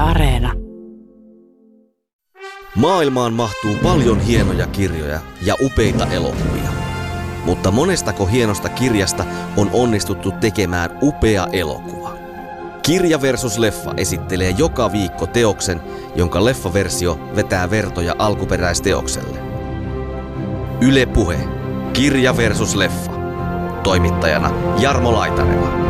Areena. Maailmaan mahtuu paljon hienoja kirjoja ja upeita elokuvia. Mutta monestako hienosta kirjasta on onnistuttu tekemään upea elokuva? Kirja versus leffa esittelee joka viikko teoksen, jonka leffaversio vetää vertoja alkuperäisteokselle. Yle Puhe. Kirja versus leffa. Toimittajana Jarmo Laitaneva.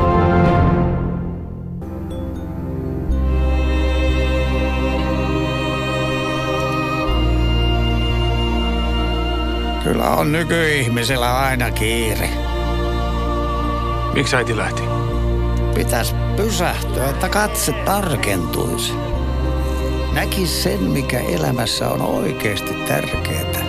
Kyllä on nykyihmisellä aina kiire. Miksi äiti lähti? Pitäisi pysähtyä, että katse tarkentuisi. Näkis sen, mikä elämässä on oikeasti tärkeää.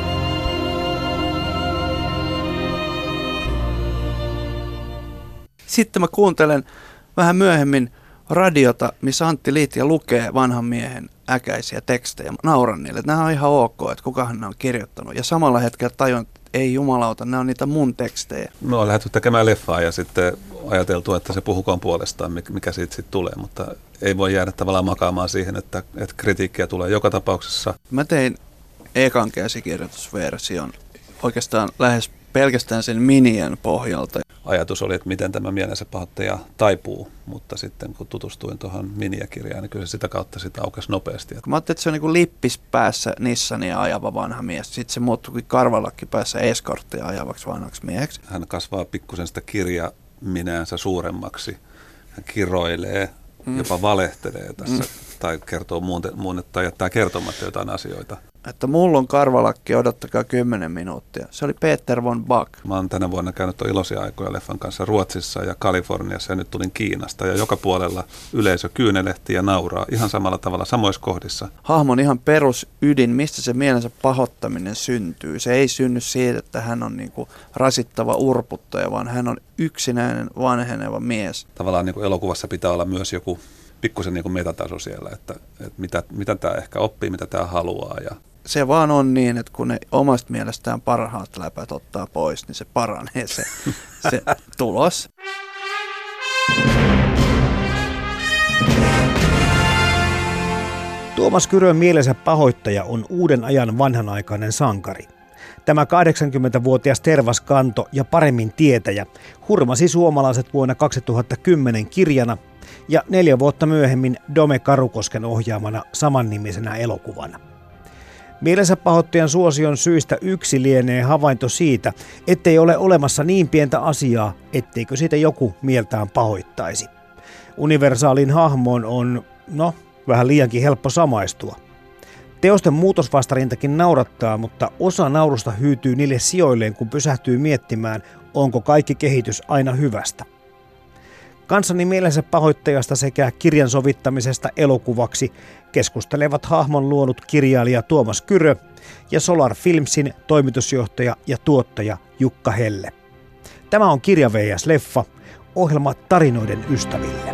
Sitten mä kuuntelen vähän myöhemmin radiota, missä Antti Liitja lukee vanhan miehen äkäisiä tekstejä. Mä nauran niille, että nämä on ihan ok, että kukahan nämä on kirjoittanut. Ja samalla hetkellä tajun, että ei jumalauta, nämä on niitä mun tekstejä. Me on lähdetty tekemään leffaa ja sitten ajateltu, että se puhukoon puolestaan, mikä siitä sitten tulee. Mutta ei voi jäädä tavallaan makaamaan siihen, että kritiikkiä tulee joka tapauksessa. Mä tein ekan käsikirjoitusversion oikeastaan lähes pelkästään sen minien pohjalta. Ajatus oli, että miten tämä mielensä pahoittaja taipuu, mutta sitten kun tutustuin tuohon miniakirjaan, niin kyllä se sitä kautta sitä aukesi nopeasti. Mä ajattelin, että se on niin kuin lippis päässä Nissania ajava vanha mies. Sitten se muuttui karvalakki päässä eskorttia ajavaksi vanhaksi mieheksi. Hän kasvaa pikkusen sitä kirjaminäänsä suuremmaksi. Hän kiroilee, jopa valehtelee tässä tai kertoo tai jättää kertomatta jotain asioita. Että mulla on karvalakki, odottakaa 10 minuuttia. Se oli Peter von Bach. Mä oon tänä vuonna käynyt iloisia aikoja leffan kanssa Ruotsissa ja Kaliforniassa ja nyt tulin Kiinasta. Ja joka puolella yleisö kyynelehtii ja nauraa ihan samalla tavalla samoissa kohdissa. Hahmon ihan perusydin, mistä se mielensä pahoittaminen syntyy. Se ei synny siitä, että hän on niinku rasittava urputtaja, vaan hän on yksinäinen vanheneva mies. Tavallaan niin elokuvassa pitää olla myös joku pikkusen niin metataso siellä, että mitä tämä ehkä oppii, mitä tämä haluaa. Ja se vaan on niin, että kun ne omasta mielestään parhaat läpät ottaa pois, niin se paranee se tulos. Tuomas Kyrön mielensä pahoittaja on uuden ajan vanhanaikainen sankari. Tämä 80-vuotias tervaskanto ja paremmin tietäjä hurmasi suomalaiset vuonna 2010 kirjana ja 4 vuotta myöhemmin Dome Karukosken ohjaamana samannimisenä elokuvana. Mielensä pahoittajan suosion syistä yksi lienee havainto siitä, ettei ole olemassa niin pientä asiaa, etteikö siitä joku mieltään pahoittaisi. Universaalin hahmoon on, vähän liiankin helppo samaistua. Teosten muutosvastarintakin naurattaa, mutta osa naurusta hyytyy niille sijoilleen, kun pysähtyy miettimään, onko kaikki kehitys aina hyvästä. Kanssani mielensä pahoittajasta sekä kirjan sovittamisesta elokuvaksi keskustelevat hahmon luonut kirjailija Tuomas Kyrö ja Solar Filmsin toimitusjohtaja ja tuottaja Jukka Helle. Tämä on Kirja vs. Leffa, ohjelma tarinoiden ystäville.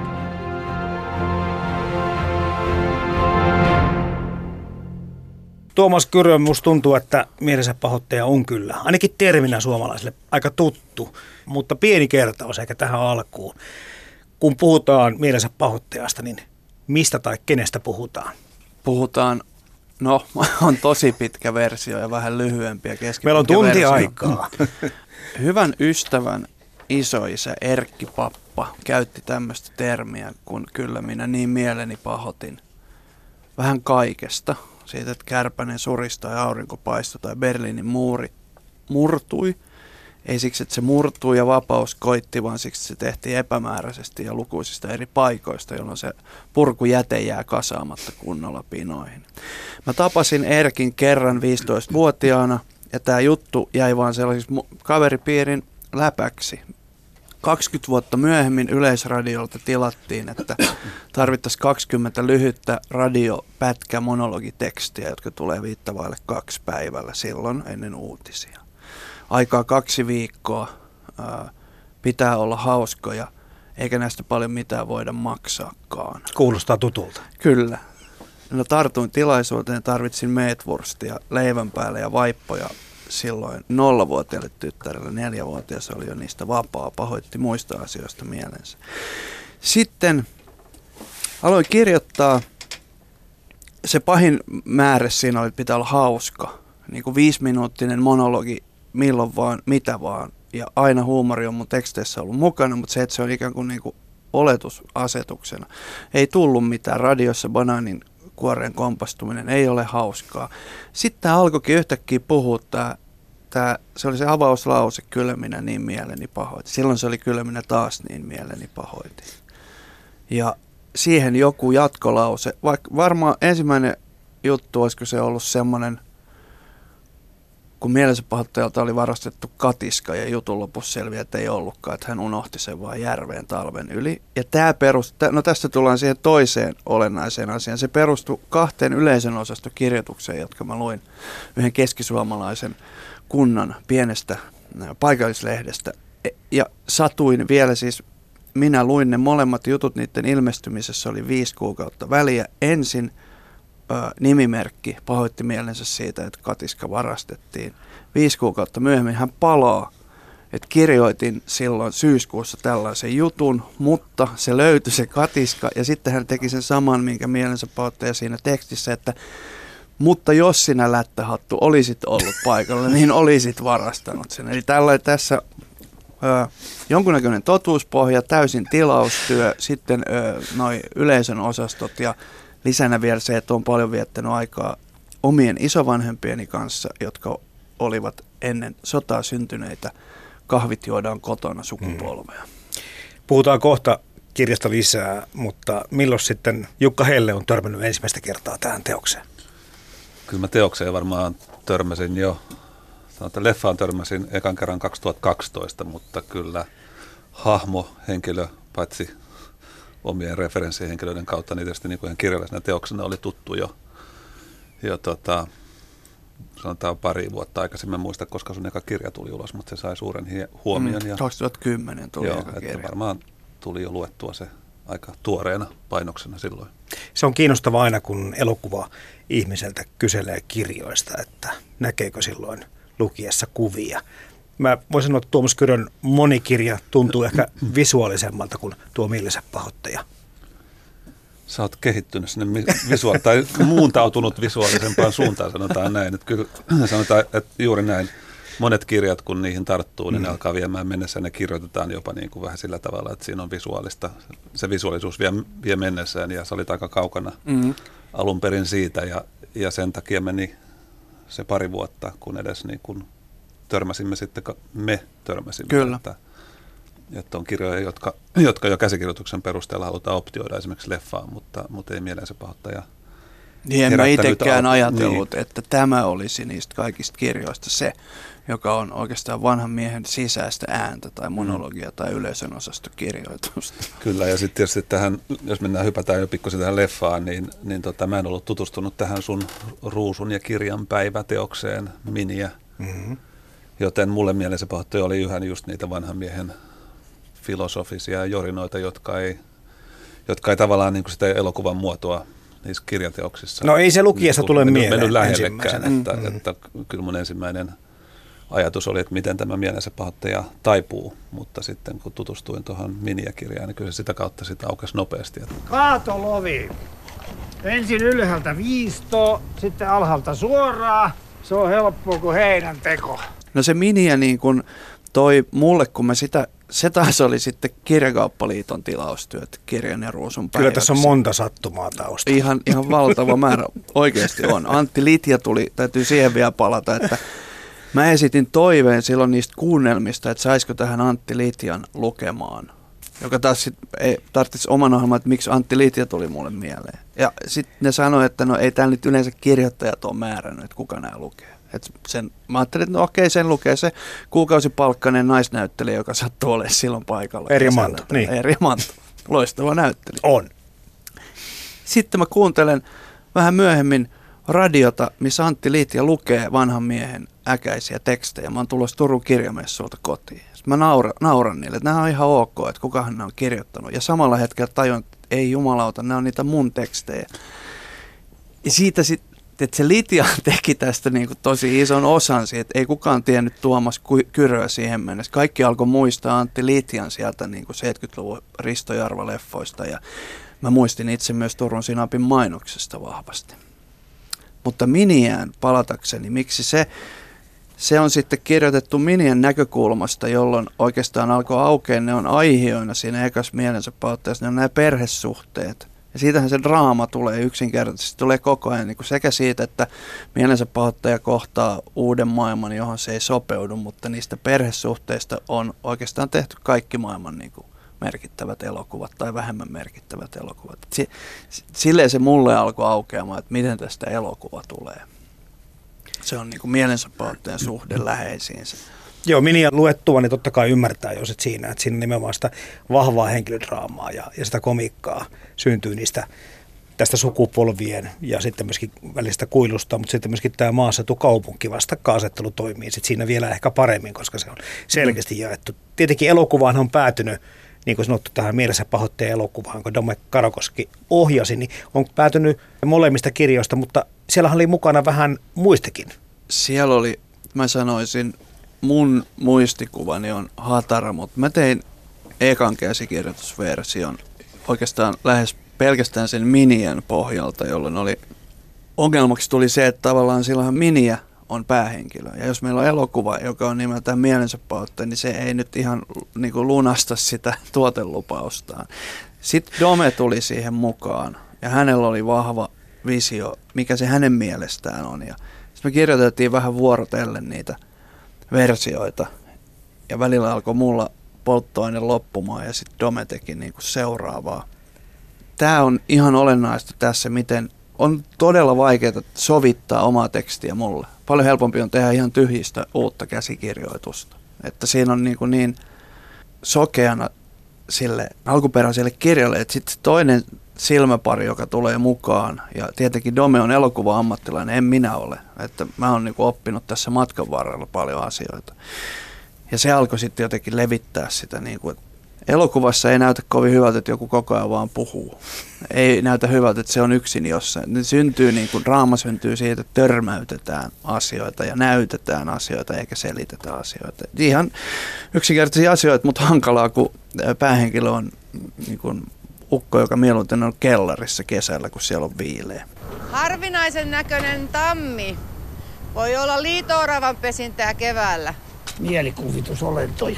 Tuomas Kyrö, musta tuntuu, että mielensä pahoittaja on kyllä, ainakin terminä suomalaisille, aika tuttu, mutta pieni kertaus eikä tähän alkuun. Kun puhutaan mielensä pahoittajasta, niin mistä tai kenestä puhutaan? Puhutaan, on tosi pitkä versio ja vähän lyhyempi ja keskipitkä meillä on tunti versio. Aikaa. Hyvän ystävän isoisä Erkki Pappa käytti tämmöistä termiä, kun kyllä minä niin mieleni pahoitin. Vähän kaikesta. Siitä, että kärpänen surista ja aurinko paistoi tai Berliinin muuri murtui. Ei siksi, että se murtui ja vapaus koitti, vaan siksi, että se tehtiin epämääräisesti ja lukuisista eri paikoista, jolloin se purkujäte jää kasaamatta kunnolla pinoihin. Mä tapasin Erkin kerran 15-vuotiaana ja tämä juttu jäi vaan sellaisiksi kaveripiirin läpäksi. 20 vuotta myöhemmin Yleisradiolta tilattiin, että tarvittaisiin 20 lyhyttä radiopätkä-monologitekstiä, jotka tulee 2 päivällä silloin ennen uutisia. Aikaa 2 viikkoa, pitää olla hauskoja, eikä näistä paljon mitään voida maksaakaan. Kuulostaa tutulta. Kyllä. No tartuin tilaisuuteen, tarvitsin meetwurstia leivän päälle ja vaippoja. Silloin 0-vuotiaille tyttärelle, 4-vuotias oli jo niistä vapaa, pahoitti muista asioista mielensä. Sitten aloin kirjoittaa se pahin määrä siinä oli, että pitää olla hauska. Niin kuin 5-minuuttinen monologi, milloin vaan, mitä vaan. Ja aina huumori on mun teksteissä ollut mukana, mutta se, että se on ikään kuin niinku oletusasetuksena. Ei tullut mitään. Radiossa banaanin kuoreen kompastuminen ei ole hauskaa. Sitten tämä alkoikin yhtäkkiä puhua, se oli se avauslause, kyllä minä niin mieleni pahoitin. Silloin se oli kyllä minä taas niin mieleni pahoitin. Ja siihen joku jatkolause, vaikka varmaan ensimmäinen juttu, olisiko se ollut semmoinen, kun mielensä pahoittajalta oli varastettu katiska ja jutun lopussa selviää, että ei ollutkaan, että hän unohti sen vaan järveen talven yli. Ja tämä tästä tullaan siihen toiseen olennaiseen asiaan. Se perustui 2 yleisön osastokirjoitukseen, jotka mä luin yhden keskisuomalaisen kunnan pienestä paikallislehdestä. Ja satuin vielä siis, minä luin ne molemmat jutut, niiden ilmestymisessä oli 5 kuukautta väliä. Ensin nimimerkki pahoitti mielensä siitä, että katiska varastettiin. 5 kuukautta myöhemmin hän palaa, että kirjoitin silloin syyskuussa tällaisen jutun, mutta se löytyi se katiska ja sitten hän teki sen saman, minkä mielensä pahoittaja siinä tekstissä, että mutta jos sinä lättähattu olisit ollut paikalla, niin olisit varastanut sen. Eli tässä jonkunnäköinen totuuspohja, täysin tilaustyö, sitten noi yleisön osastot ja lisänä vielä se, että olen paljon viettänyt aikaa omien isovanhempieni kanssa, jotka olivat ennen sotaa syntyneitä. Kahvit juodaan kotona sukupolvea. Puhutaan kohta kirjasta lisää, mutta milloin sitten Jukka Helle on törmännyt ensimmäistä kertaa tähän teokseen? Kyllä mä teokseen varmaan törmäsin jo, leffaan törmäsin ekan kerran 2012, mutta kyllä henkilö, paitsi omien referenssihenkilöiden kautta, niin tietysti niin kuin kirjallisena teoksena oli tuttu jo sanotaan 2 vuotta aikaisemmin. En muista, koska sun eka kirja tuli ulos, mutta se sai suuren huomion. 2010 tuli eka kirja. Että varmaan tuli jo luettua se aika tuoreena painoksena silloin. Se on kiinnostavaa aina, kun elokuva ihmiseltä kyselee kirjoista, että näkeekö silloin lukiessa kuvia. Mä voisin sanoa, että Tuomas Kyrön monikirja tuntuu ehkä visuaalisemmalta kuin tuo Mielensä pahoittaja. Sä oot kehittynyt sinne tai muuntautunut visuaalisempaan suuntaan, sanotaan näin. Että kyllä sanotaan, että juuri näin. Monet kirjat, kun niihin tarttuu, niin ne alkaa viemään mennessä. Ne kirjoitetaan jopa niin kuin vähän sillä tavalla, että siinä on visuaalista. Se visuaalisuus vie mennessään ja sä olit aika kaukana alun perin siitä. Ja sen takia meni se 2 vuotta, kun edes niin kuin törmäsimme sitten, me törmäsimme. Kyllä. Että on kirjoja, jotka jo käsikirjoituksen perusteella halutaan optioida esimerkiksi leffaan, mutta ei Mielensä pahoittaja. Niin en mä itsekään ajatellut, että tämä olisi niistä kaikista kirjoista se, joka on oikeastaan vanhan miehen sisäistä ääntä tai monologia tai yleisön osastokirjoitusta. Kyllä, ja sitten tietysti tähän, jos hypätään jo pikkusen tähän leffaan, niin mä en ollut tutustunut tähän sun Ruusun ja kirjan päiväteokseen Miniä. Joten mulle Mielensä pahoittaja oli yhä just niitä vanhan miehen filosofisia jorinoita, jotka ei tavallaan niin kuin sitä elokuvan muotoa niissä kirjateoksissa. No ei se lukiessa tule mieleen mennyt lähellekään, että kyllä mun ensimmäinen ajatus oli, että miten tämä Mielensä pahoittaja taipuu, mutta sitten kun tutustuin tuohon Miniä-kirjaan, niin kyllä sitä kautta sitä aukesi nopeasti. Kaatolovi. Ensin ylhäältä viisto, sitten alhaalta suoraan. Se on helppoa kuin heinänteko. No se Miniä niin kuin toi mulle, kun mä se taas oli sitten Kirjakauppaliiton tilaustyöt kirjan ja Ruusun päiväksi. Kyllä tässä on monta sattumaa taustalla. Ihan valtava määrä oikeasti on. Antti Litja tuli, täytyy siihen vielä palata, että mä esitin toiveen silloin niistä kuunnelmista, että saisiko tähän Antti Litjan lukemaan. Joka taas ei tarvitsisi oman ohjelman, että miksi Antti Litja tuli mulle mieleen. Ja sitten ne sanoi, että no ei täällä nyt yleensä kirjoittajat ole määrännyt, että kuka nämä lukee. Mä ajattelin, että no okei, sen lukee se kuukausipalkkainen naisnäyttelijä, joka sattuu olemaan silloin paikalla. Eri Manto. Eri Manto. Loistava näyttelijä. On. Sitten mä kuuntelen vähän myöhemmin radiota, missä Antti Litja lukee vanhan miehen äkäisiä tekstejä. Mä oon tulossa Turun kirjamessulta kotiin. Sitten mä nauran niille, että nämä on ihan ok, että kukahan nämä on kirjoittanut. Ja samalla hetkellä tajun, että ei jumalauta, nämä on niitä mun tekstejä. Ja siitä sitten, että se Litja teki tästä niin kuin tosi ison osan siitä, että ei kukaan tiennyt Tuomas Kyröä siihen mennessä. Kaikki alkoi muistaa Antti Litjan sieltä niin kuin 70-luvun Risto Jarva-leffoista ja mä muistin itse myös Turun Sinapin mainoksesta vahvasti. Mutta Miniään palatakseni, miksi se on sitten kirjoitettu Minien näkökulmasta, jolloin oikeastaan alkoi aukea, ne on aiheina siinä ekassa mielensä pahoittajassa, ne on nämä perhesuhteet. Ja siitähän se draama tulee yksinkertaisesti, tulee koko ajan niin kuin sekä siitä, että mielensä pahoittaja kohtaa uuden maailman, johon se ei sopeudu, mutta niistä perhesuhteista on oikeastaan tehty kaikki maailman niin kuin merkittävät elokuvat tai vähemmän merkittävät elokuvat. Silleen se mulle alkoi aukeamaan, että miten tästä elokuva tulee. Se on niin kuin mielensä pahoittajan suhde läheisiinsä. Joo, Minia luettua, niin totta kai ymmärtää jo siinä, että siinä nimenomaan sitä vahvaa henkilödraamaa ja sitä komiikkaa syntyy tästä sukupolvien ja sitten myöskin välistä kuilusta, mutta sitten myöskin tämä maaseutukaupunki vastakkainasettelu toimii sitten siinä vielä ehkä paremmin, koska se on selkeästi jaettu. Tietenkin elokuvaan on päätynyt, niin kuin sanottu, tähän mielensä pahoittajan elokuvaan, kun Dome Karakoski ohjasi, niin on päätynyt molemmista kirjoista, mutta siellä oli mukana vähän muistakin. Siellä oli, mä sanoisin, mun muistikuvani on hatara, mutta mä tein ekan käsikirjoitusversion oikeastaan lähes pelkästään sen Minien pohjalta, jolloin ongelmaksi tuli se, että tavallaan silloinhan Miniä on päähenkilö. Ja jos meillä on elokuva, joka on nimeltään mielensä pahoittaja, niin se ei nyt ihan niin kuin lunasta sitä tuotelupaustaan. Sitten Dome tuli siihen mukaan ja hänellä oli vahva visio, mikä se hänen mielestään on. Ja sitten me kirjoitettiin vähän vuorotellen niitä versioita ja välillä alkoi mulla polttoaine loppumaan ja sitten Dome teki niin kuin seuraavaa. Tämä on ihan olennaista tässä, miten on todella vaikeaa sovittaa omaa tekstiä mulle. Paljon helpompi on tehdä ihan tyhjistä uutta käsikirjoitusta. Että siinä on niin sokeana sille alkuperäiselle kirjalle, että sitten toinen silmäpari, joka tulee mukaan, ja tietenkin Dome on elokuva-ammattilainen, en minä ole. Että mä oon oppinut tässä matkan varrella paljon asioita. Ja se alkoi sitten jotenkin levittää sitä, että elokuvassa ei näytä kovin hyvältä, että joku koko ajan vaan puhuu. Ei näytä hyvältä, että se on yksin jossain. Ne syntyy draama syntyy siitä, että törmäytetään asioita ja näytetään asioita eikä selitetä asioita. Ihan yksinkertaisia asioita, mutta hankalaa, kun päähenkilö on ukko, joka mieluiten on kellarissa kesällä, kun siellä on viileä. Harvinaisen näköinen tammi. Voi olla liito-oravan pesintää keväällä. Mielikuvitusolentoja.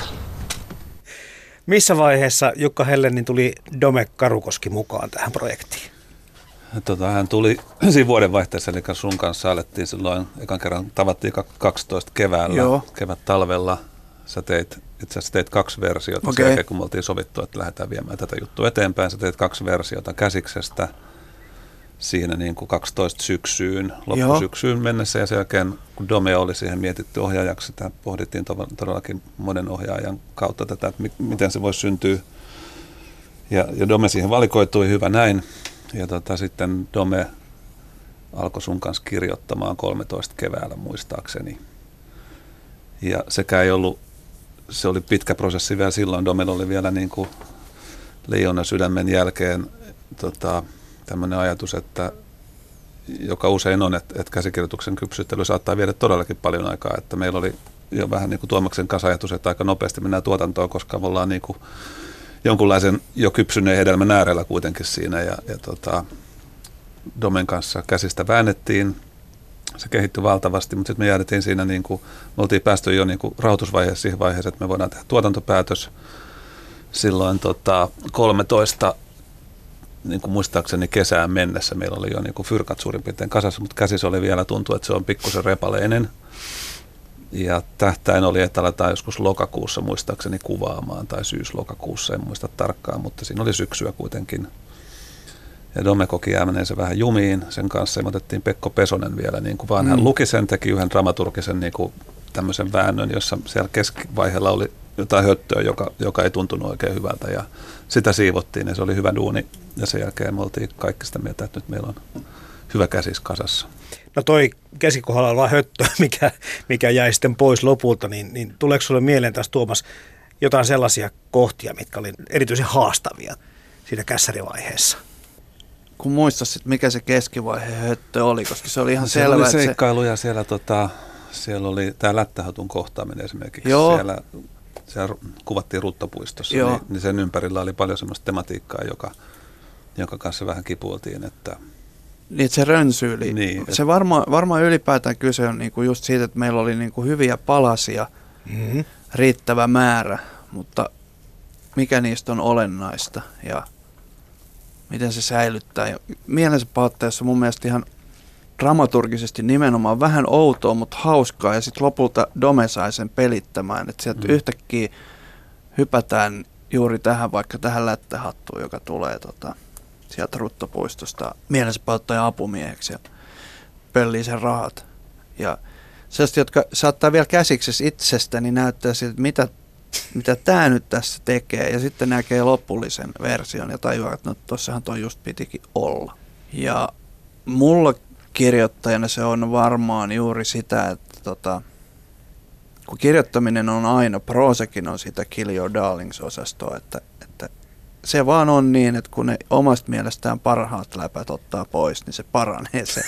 Missä vaiheessa Jukka Hellenin tuli Dome Karukoski mukaan tähän projektiin? Hän tuli siinä vuodenvaihteessa, eli sun kanssa alettiin silloin, ekan kerran tavattiin 12 keväällä, kevät-talvella. Sä itse asiassa teit 2 versiota, sen jälkeen kun me oltiin sovittu, että lähdetään viemään tätä juttua eteenpäin. Sä teit 2 versiota Käsiksestä siinä 12 syksyyn, loppusyksyyn mennessä, ja sen jälkeen kun Dome oli siihen mietitty ohjaajaksi, sitä pohdittiin todellakin monen ohjaajan kautta tätä, että miten se voisi syntyä, ja Dome siihen valikoitui, hyvä näin, ja sitten Dome alkoi sun kanssa kirjoittamaan 13 keväällä muistaakseni, ja sekä ei ollut, se oli pitkä prosessi vielä silloin, Domella oli vielä Leijona sydämen jälkeen tämmöinen ajatus, että joka usein on, että käsikirjoituksen kypsyttely saattaa viedä todellakin paljon aikaa, että meillä oli jo vähän Tuomaksen kanssa ajatus, että aika nopeasti mennään tuotantoon, koska me ollaan jonkunlaisen jo kypsyneen hedelmän äärellä kuitenkin siinä, ja Domen kanssa käsistä väännettiin, se kehittyi valtavasti, mutta sitten me jäädettiin siinä, me oltiin päästy jo rahoitusvaiheessa siihen vaiheeseen, että me voidaan tehdä tuotantopäätös silloin 13 muistaakseni kesään mennessä meillä oli jo fyrkat suurin piirtein kasassa, mutta käsissä oli vielä, tuntui, että se on pikkusen repaleinen. Ja tähtäin oli, että aletaan joskus lokakuussa muistaakseni kuvaamaan, tai syys-lokakuussa, en muista tarkkaan, mutta siinä oli syksyä kuitenkin. Ja Dome koki jäämäneensä vähän jumiin sen kanssa, ja me otettiin Pekko Pesonen vielä, vaan hän luki sen, teki yhden dramaturgisen tämmöisen väännön, jossa siellä keskivaiheella oli jotain höttöä, joka ei tuntunut oikein hyvältä, ja sitä siivottiin, ja se oli hyvä duuni, ja sen jälkeen me oltiin kaikki sitä mieltä, että nyt meillä on hyvä käsis kasassa. No toi keskikohdalla oleva höttö, mikä jäi sitten pois lopulta, niin tuleeko sulle mieleen taas, Tuomas, jotain sellaisia kohtia, mitkä oli erityisen haastavia siinä kässärivaiheessa? Kun muistaisit, mikä se keskivaiheen höttö oli, koska se oli ihan selvä. Siellä oli seikkailuja, siellä oli tämä Lättähatun kohtaaminen esimerkiksi. Siellä kuvattiin Ruttapuistossa, niin sen ympärillä oli paljon semmoista tematiikkaa, joka kanssa vähän kipuiltiin, että Niin, että se rönsyyli. Niin, se varmaan ylipäätään kyse on niinku just siitä, että meillä oli niinku hyviä palasia riittävä määrä, mutta mikä niistä on olennaista ja miten se säilyttää. Ja Mielensä pahoittajassa mun mielestä ihan dramaturgisesti nimenomaan vähän outoa, mutta hauskaa, ja sitten lopulta Dome sai sen pelittämään, että sieltä yhtäkkiä hypätään juuri tähän, vaikka tähän lättähattuun, joka tulee sieltä Ruttopuistosta Mielensä pahoittajan apumieheksi ja pöllii sen rahat. Ja sellaiset, jotka saattaa vielä käsiksessä itsestä, niin näyttää siltä, että mitä tämä nyt tässä tekee, ja sitten näkee lopullisen version ja tajuaa, että no tossahan toi just pitikin olla. Ja mulla kirjoittajana se on varmaan juuri sitä, että kun kirjoittaminen on aina, proosakin on sitä Kill Your Darlings-osastoa, että se vaan on niin, että kun ne omasta mielestään parhaat läpät ottaa pois, niin se paranee se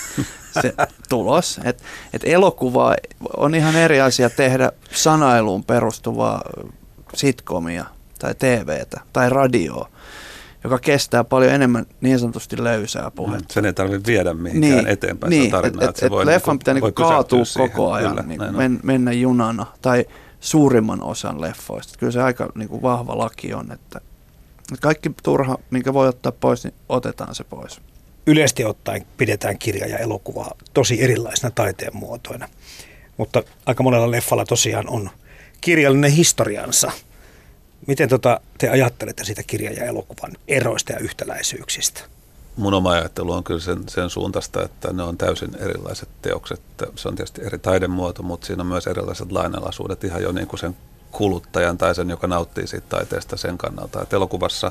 tulos. Et elokuvaa on ihan eri asia tehdä sanailuun perustuvaa sitcomia tai TVtä tai radioa, joka kestää paljon enemmän niin sanotusti löysää puhetta. Sen ei tarvitse viedä mihinkään eteenpäin sitä tarinaa. Leffan pitää kaatua koko ajan, mennä junana tai suurimman osan leffoista. Kyllä se aika vahva laki on, että kaikki turha, minkä voi ottaa pois, niin otetaan se pois. Yleisesti ottaen pidetään kirja ja elokuvaa tosi erilaisina taiteen muotoina, mutta aika monella leffalla tosiaan on kirjallinen historiansa. Miten te ajattelette siitä kirjan ja elokuvan eroista ja yhtäläisyyksistä? Mun oma ajattelu on kyllä sen suuntaista, että ne on täysin erilaiset teokset. Se on tietysti eri taidemuoto, mutta siinä on myös erilaiset lainalaisuudet ihan jo niin kuin sen kuluttajan tai sen, joka nauttii siitä taiteesta sen kannalta. Että elokuvassa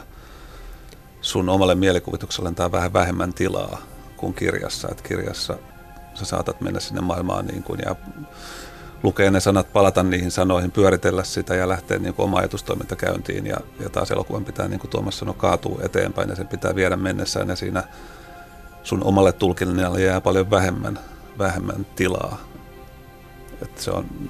sun omalle mielikuvitukselle antaa vähän vähemmän tilaa kuin kirjassa. Että kirjassa sä saatat mennä sinne maailmaan niin kuin, ja lukea ne sanat, palata niihin sanoihin, pyöritellä sitä ja lähteä niin kuin oma ajatustoiminta käyntiin. Ja taas elokuvan pitää, niin kuin Tuomas sanoi, kaatua eteenpäin ja sen pitää viedä mennessään ja siinä sun omalle tulkinnalle jää paljon vähemmän tilaa. Että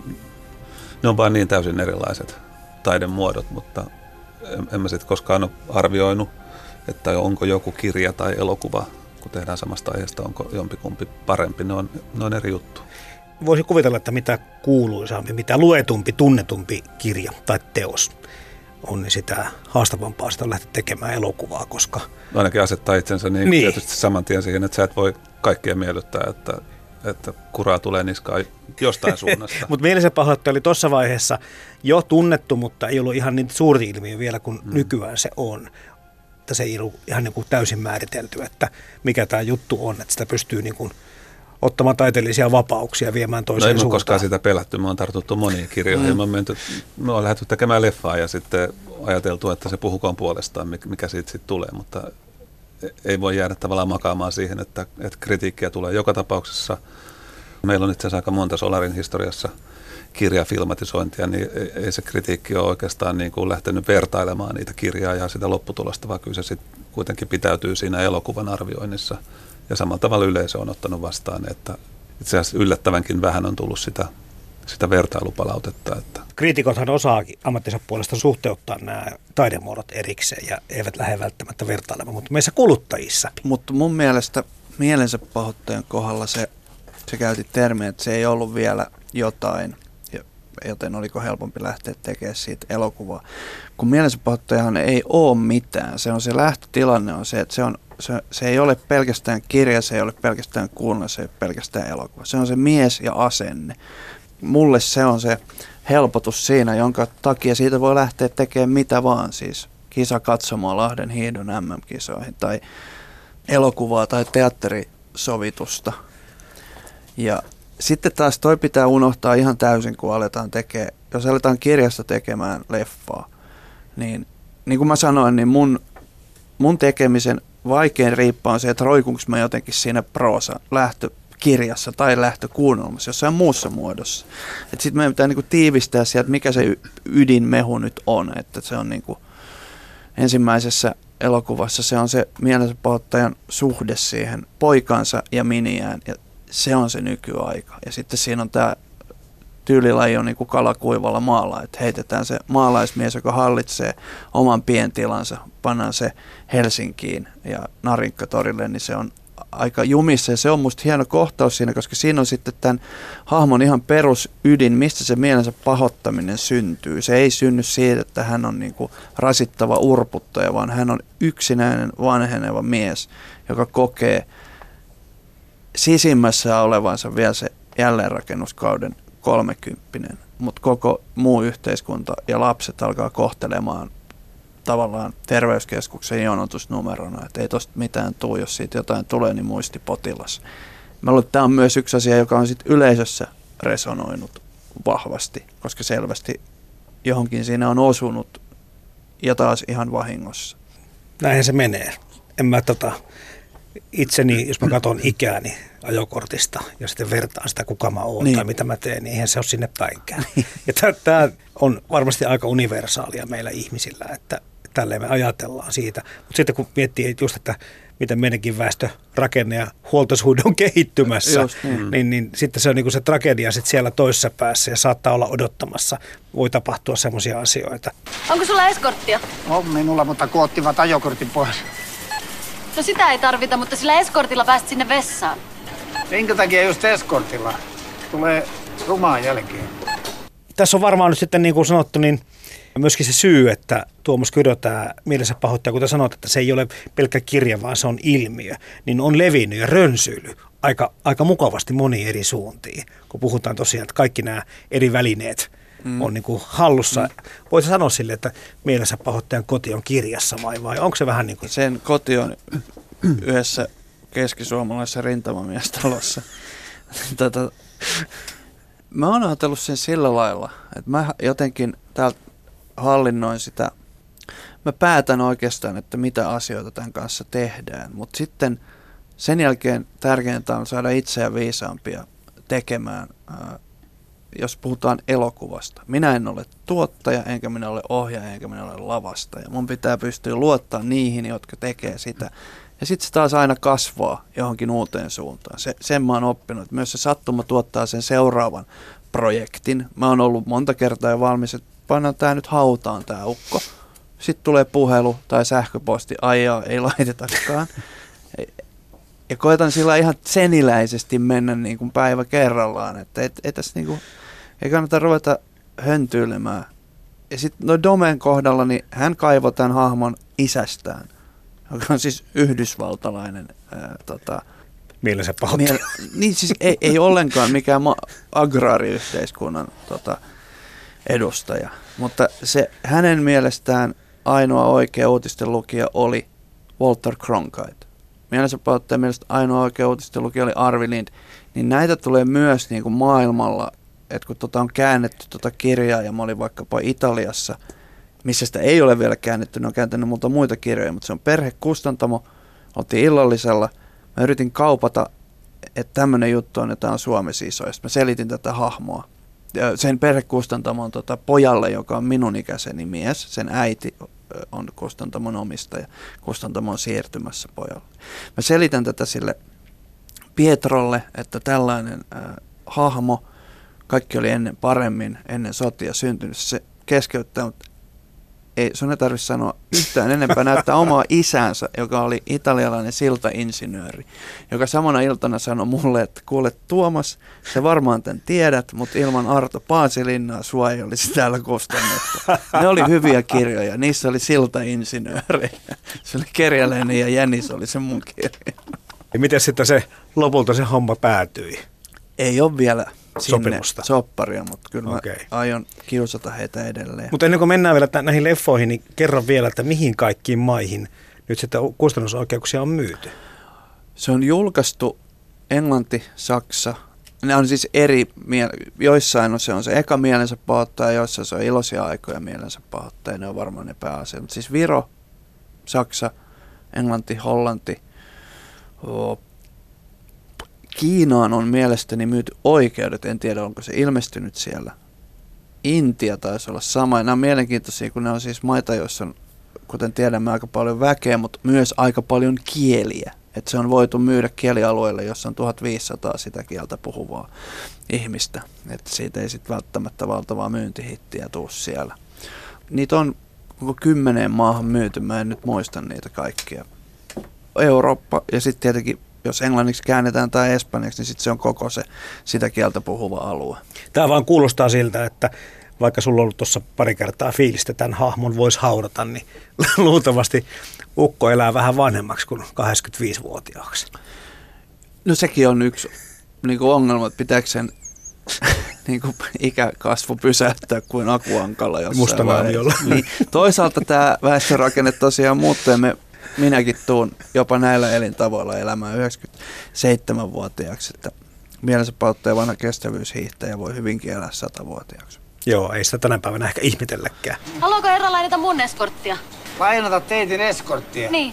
ne on vaan niin täysin erilaiset taidemuodot, mutta en mä sitten koskaan ole arvioinut, että onko joku kirja tai elokuva, kun tehdään samasta aiheesta, onko jompikumpi parempi. Ne on eri juttu. Voisin kuvitella, että mitä kuuluisampi, mitä luetumpi, tunnetumpi kirja tai teos on, niin sitä haastavampaa sitä on lähteä tekemään elokuvaa, koska ainakin asettaa itsensä niin. Tietysti saman tien siihen, että sä et voi kaikkia miellyttää, että kuraa tulee niskaan jostain suunnasta. Mutta Mielensä pahoittaja oli tuossa vaiheessa jo tunnettu, mutta ei ollut ihan niin suuri ilmiö vielä kuin nykyään se on. Että se ei ollut ihan niin kuin täysin määritelty, että mikä tämä juttu on, että sitä pystyy niin kuin ottamaan taiteellisia vapauksia viemään toiseen suuntaan. No ei koskaan sitä pelätty. Me on tartuttu moniin kirjoihin. Me on lähdetty tekemään leffaa ja sitten ajateltu, että se puhukoon puolestaan, mikä siitä sitten tulee, mutta ei voi jäädä tavallaan makaamaan siihen, että kritiikkiä tulee joka tapauksessa. Meillä on itse asiassa aika monta Solarin historiassa kirjafilmatisointia, niin ei se kritiikki ole oikeastaan niin kuin lähtenyt vertailemaan niitä kirjaa ja sitä lopputulosta, vaan kyllä se sitten kuitenkin pitäytyy siinä elokuvan arvioinnissa. Ja samalla tavalla yleisö on ottanut vastaan, että itse asiassa yllättävänkin vähän on tullut sitä vertailupalautetta. Että kriitikothan osaakin ammattinsa puolesta suhteuttaa nämä taidemuodot erikseen ja eivät lähde välttämättä vertailemaan, mutta meissä kuluttajissa. Mutta mun mielestä Mielensä pahoittajan kohdalla se käytti termiä, että se ei ollut vielä jotain, joten oliko helpompi lähteä tekemään siitä elokuvaa. Kun Mielensä pahoittajahan ei ole mitään, se lähtötilanne on se, että se ei ole pelkästään kirja, se ei ole pelkästään kuunnella, se ei ole pelkästään elokuva. Se on se mies ja asenne. Mulle se on se helpotus siinä, jonka takia siitä voi lähteä tekemään mitä vaan, siis kisa katsomaan Lahden hiidon MM-kisoihin tai elokuvaa tai teatterisovitusta. Ja sitten taas toi pitää unohtaa ihan täysin, kun aletaan jos aletaan kirjasta tekemään leffaa, niin kuin mä sanoin, niin mun tekemisen vaikein riippa on se, että roikunko mä jotenkin siinä proosa lähtökirjassa tai lähtökuunnelmassa jossain muussa muodossa. Sitten meidän pitää niinku tiivistää sieltä, mikä se ydinmehu nyt on. Että se on niinku ensimmäisessä elokuvassa se on se Mielensä pahoittajan suhde siihen poikansa ja miniään. Ja se on se nykyaika. Ja sitten siinä on tämä tyylilaji on niin kuin kala kuivalla maalla, että heitetään se maalaismies, joka hallitsee oman pientilansa, pannaan se Helsinkiin ja Narinkkatorille, niin se on aika jumissa ja se on musta hieno kohtaus siinä, koska siinä on sitten tämän hahmon ihan perusydin, mistä se mielensä pahoittaminen syntyy. Se ei synny siitä, että hän on niin kuin rasittava urputtaja, vaan hän on yksinäinen vanheneva mies, joka kokee sisimmässä olevansa vielä se jälleenrakennuskauden 30, mutta koko muu yhteiskunta ja lapset alkaa kohtelemaan tavallaan terveyskeskuksen jonotusnumerona, että ei tosta mitään tule, jos siitä jotain tulee, niin muisti potilas. Mä luulen, että tämä on myös yksi asia, joka on sit yleisössä resonoinut vahvasti, koska selvästi johonkin siinä on osunut ja taas ihan vahingossa. Näinhän se menee. En mä itseni, jos mä katson ikääni ajokortista ja sitten vertaan sitä, kuka mä oon tai mitä mä teen, niin eihän se ole sinne päinkään. Ja tämä on varmasti aika universaalia meillä ihmisillä, että tälleen me ajatellaan siitä. Mutta sitten kun miettii just, että miten meidänkin väestörakenne ja huoltosuhde on kehittymässä, niin sitten se on niinku se tragedia sit siellä toisessa päässä ja saattaa olla odottamassa. Voi tapahtua semmoisia asioita. Onko sulla eskorttia? On minulla, mutta kun ottivat ajokortin pois. No sitä ei tarvita, mutta sillä eskortilla pääst sinne vessaan. Minkä takia just eskortilla? Tulee rumaan jälkeen. Tässä on varmaan nyt sitten niin kuin sanottu, niin myöskin se syy, että Tuomas Kyrö, tämä mielensä pahoittaja, kuten sanot, että se ei ole pelkkä kirja, vaan se on ilmiö, niin on levinnyt ja rönsyily aika mukavasti moniin eri suuntiin, kun puhutaan tosiaan, että kaikki nämä eri välineet on niin kuin hallussa. Voisi sanoa sille, että mielensä pahoittajan koti on kirjassa vai onko se vähän niin kuin... Sen koti on yhdessä keskisuomalaisessa rintamamiestalossa. Mä oon ajatellut sen sillä lailla, että mä jotenkin täältä hallinnoin sitä, mä päätän oikeastaan, että mitä asioita tämän kanssa tehdään, mutta sitten sen jälkeen tärkeintä on saada itseään viisaampia tekemään, jos puhutaan elokuvasta. Minä en ole tuottaja, enkä minä ole ohjaaja, enkä minä ole lavastaja. Mun pitää pystyä luottamaan niihin, jotka tekee sitä. Ja sitten se taas aina kasvaa johonkin uuteen suuntaan. Sen mä oon oppinut. Myös se sattuma tuottaa sen seuraavan projektin. Mä oon ollut monta kertaa jo valmis, että pannaan tää nyt hautaan tää ukko. Sitten tulee puhelu tai sähköposti, aijaa, ei laitetakaan. Ja koitan sillä ihan seniläisesti mennä niin kuin päivä kerrallaan, että ei kannata ruveta höntyilemään. Ja sitten Domen kohdalla, niin hän kaivoi tämän hahmon isästään, joka on siis yhdysvaltalainen mielensä pahoittaja. Niin siis ei ollenkaan mikään agraariyhteiskunnan edustaja, mutta se hänen mielestään ainoa oikea uutisten lukija oli Walter Cronkite. Mielensä pahoittajan mielestä ainoa oikea uutisten lukija oli Arvi Lind. Niin näitä tulee myös niin kuin maailmalla, että kun on käännetty kirjaa ja mä olin vaikkapa Italiassa, missä sitä ei ole vielä käännetty, ne on kääntänyt multa muita kirjoja, mutta se on perhekustantamo, oltiin illallisella, mä yritin kaupata, että tämmöinen juttu on, että on Suomessa iso, ja mä selitin tätä hahmoa. Ja sen perhekustantamon pojalle, joka on minun ikäiseni mies, sen äiti on kustantamon omistaja, kustantamo on siirtymässä pojalle. Mä selitän tätä sille Pietrolle, että tällainen hahmo, kaikki oli ennen sotia syntynyt, se keskeyttää, mutta ei, sun ei tarvitse sanoa yhtään enempää, näyttää omaa isänsä, joka oli italialainen siltainsinööri, joka samana iltana sanoi mulle, että kuule Tuomas, sä varmaan tämän tiedät, mutta ilman Arto Paasilinnaa sua ei olisi täällä kustannettu. Ne oli hyviä kirjoja, niissä oli siltainsinööri. Se oli Kerjäläinen ja Jänis oli se mun kirja. Ja miten sitten lopulta se homma päätyi? Ei ole vielä sopimusta. Sopparia, mutta kyllä mä aion kiusata heitä edelleen. Mutta ennen kuin mennään vielä näihin leffoihin, niin kerro vielä, että mihin kaikkiin maihin nyt sitten kustannusoikeuksia on myyty? Se on julkaistu Englanti, Saksa. Ne on siis joissain on se eka mielensä pahoittaja, joissain se on iloisia aikoja mielensä pahoittaja. Ne on varmaan ne pääasiat. Mutta siis Viro, Saksa, Englanti, Hollanti. Kiinaan on mielestäni myyty oikeudet, en tiedä onko se ilmestynyt siellä. Intia taisi olla sama. Nämä on mielenkiintoisia, kun ne on siis maita, joissa on, kuten tiedämme, aika paljon väkeä, mutta myös aika paljon kieliä. Että se on voitu myydä kielialueelle, jossa on 1500 sitä kieltä puhuvaa ihmistä. Että siitä ei sitten välttämättä valtavaa myyntihittiä tuu siellä. Niitä on koko 10 maahan myyty, mä en nyt muista niitä kaikkia. Eurooppa ja sitten tietenkin jos englanniksi käännetään tai espanjaksi, niin sitten se on koko se sitä kieltä puhuva alue. Tämä vaan kuulostaa siltä, että vaikka sulla on ollut tuossa pari kertaa fiilistä, tämän hahmon voisi haudata, niin luultavasti ukko elää vähän vanhemmaksi kuin 85-vuotiaaksi. No sekin on yksi niin kuin ongelma, että pitääkö sen niin kuin ikäkasvu pysäyttää kuin akuankalla jossain vaiheessa. Niin, toisaalta tämä väestörakenne tosiaan muuttuu ja minäkin tuun jopa näillä elintavoilla elämään 97-vuotiaaksi, että mielensä pauttaa vanha kestävyyshiihtäjä voi hyvinkin elää 100-vuotiaaksi. Joo, ei sitä tänä päivänä ehkä ihmetelläkään. Haluaako Herra lainata mun eskorttia? Lainata teitin eskorttia? Niin.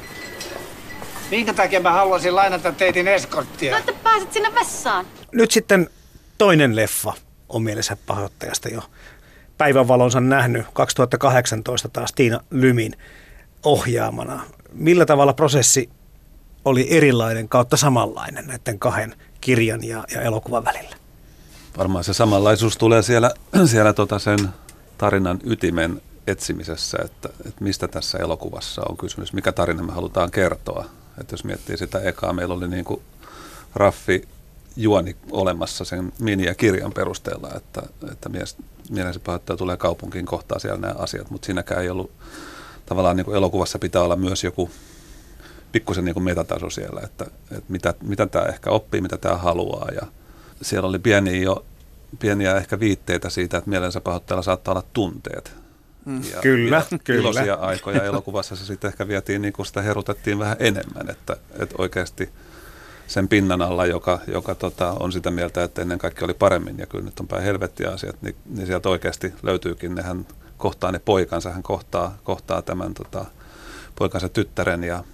Minkä takia mä haluaisin lainata teitin eskorttia? No, että pääset sinne vessaan. Nyt sitten toinen leffa on mielensä pahoittajasta jo päivänvalonsa nähnyt 2018 taas Tiina Lymin ohjaamana. Millä tavalla prosessi oli erilainen kautta samanlainen näiden kahden kirjan ja elokuvan välillä? Varmaan se samanlaisuus tulee siellä sen tarinan ytimen etsimisessä, että mistä tässä elokuvassa on kysymys, mikä tarina me halutaan kertoa. Että jos miettii sitä ekaa, meillä oli niin kuin raffi juoni olemassa sen mini- ja kirjan perusteella, että mielensä pahoittaja tulee kaupunkiin, kohtaa siellä nämä asiat, mutta siinäkään ei ollut tavallaan niin kuin elokuvassa pitää olla myös joku pikkusen niin kuin metataso siellä, että mitä tämä ehkä oppii, mitä tämä haluaa. Ja siellä oli pieniä ehkä viitteitä siitä, että mielensä pahoittajalla saattaa olla tunteet. Ja kyllä. Iloisia aikoja elokuvassa se sitten ehkä vietiin, niin kuin sitä herutettiin vähän enemmän, että oikeasti sen pinnan alla, joka on sitä mieltä, että ennen kaikkea oli paremmin ja kyllä nyt on päin helvettiä asiat, niin sieltä oikeasti löytyykin, hän kohtaa ne poikansa, hän kohtaa tämän poikansa tyttären ja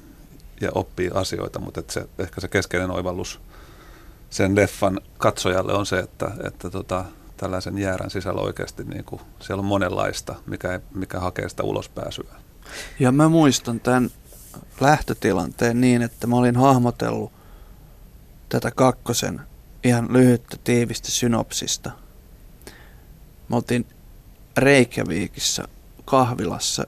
oppii asioita, mutta ehkä se keskeinen oivallus sen leffan katsojalle on se, että tällaisen jäärän sisällä oikeasti niin kuin, siellä on monenlaista, mikä hakee sitä ulospääsyä. Ja mä muistan tämän lähtötilanteen niin, että mä olin hahmotellut tätä kakkosen ihan lyhyttä tiivistä synopsista. Me oltiin Reykjavikissa kahvilassa.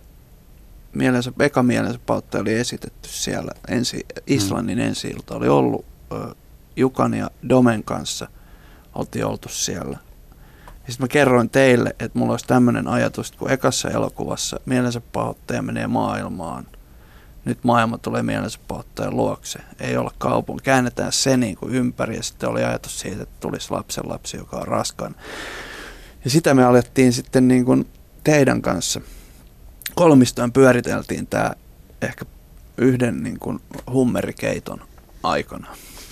Eka mielensä pahoittaja oli esitetty siellä. Islannin ensi-ilta oli ollut Jukan ja Domen kanssa. Oltiin oltu siellä. Ja sitten mä kerroin teille, että mulla olisi tämmöinen ajatus, että kun ekassa elokuvassa mielensä pahoittaja menee maailmaan, nyt maailma tulee mielensä pahoittajan luokse. Ei olla kaupunki. Käännetään se niin kuin ympäri ja sitten oli ajatus siitä, että tulisi lapsenlapsi, joka on raskaan. Ja sitä me alettiin sitten niin kuin teidän kanssa. Kolmistoon pyöriteltiin tämä ehkä yhden niin kuin hummerikeiton aikana.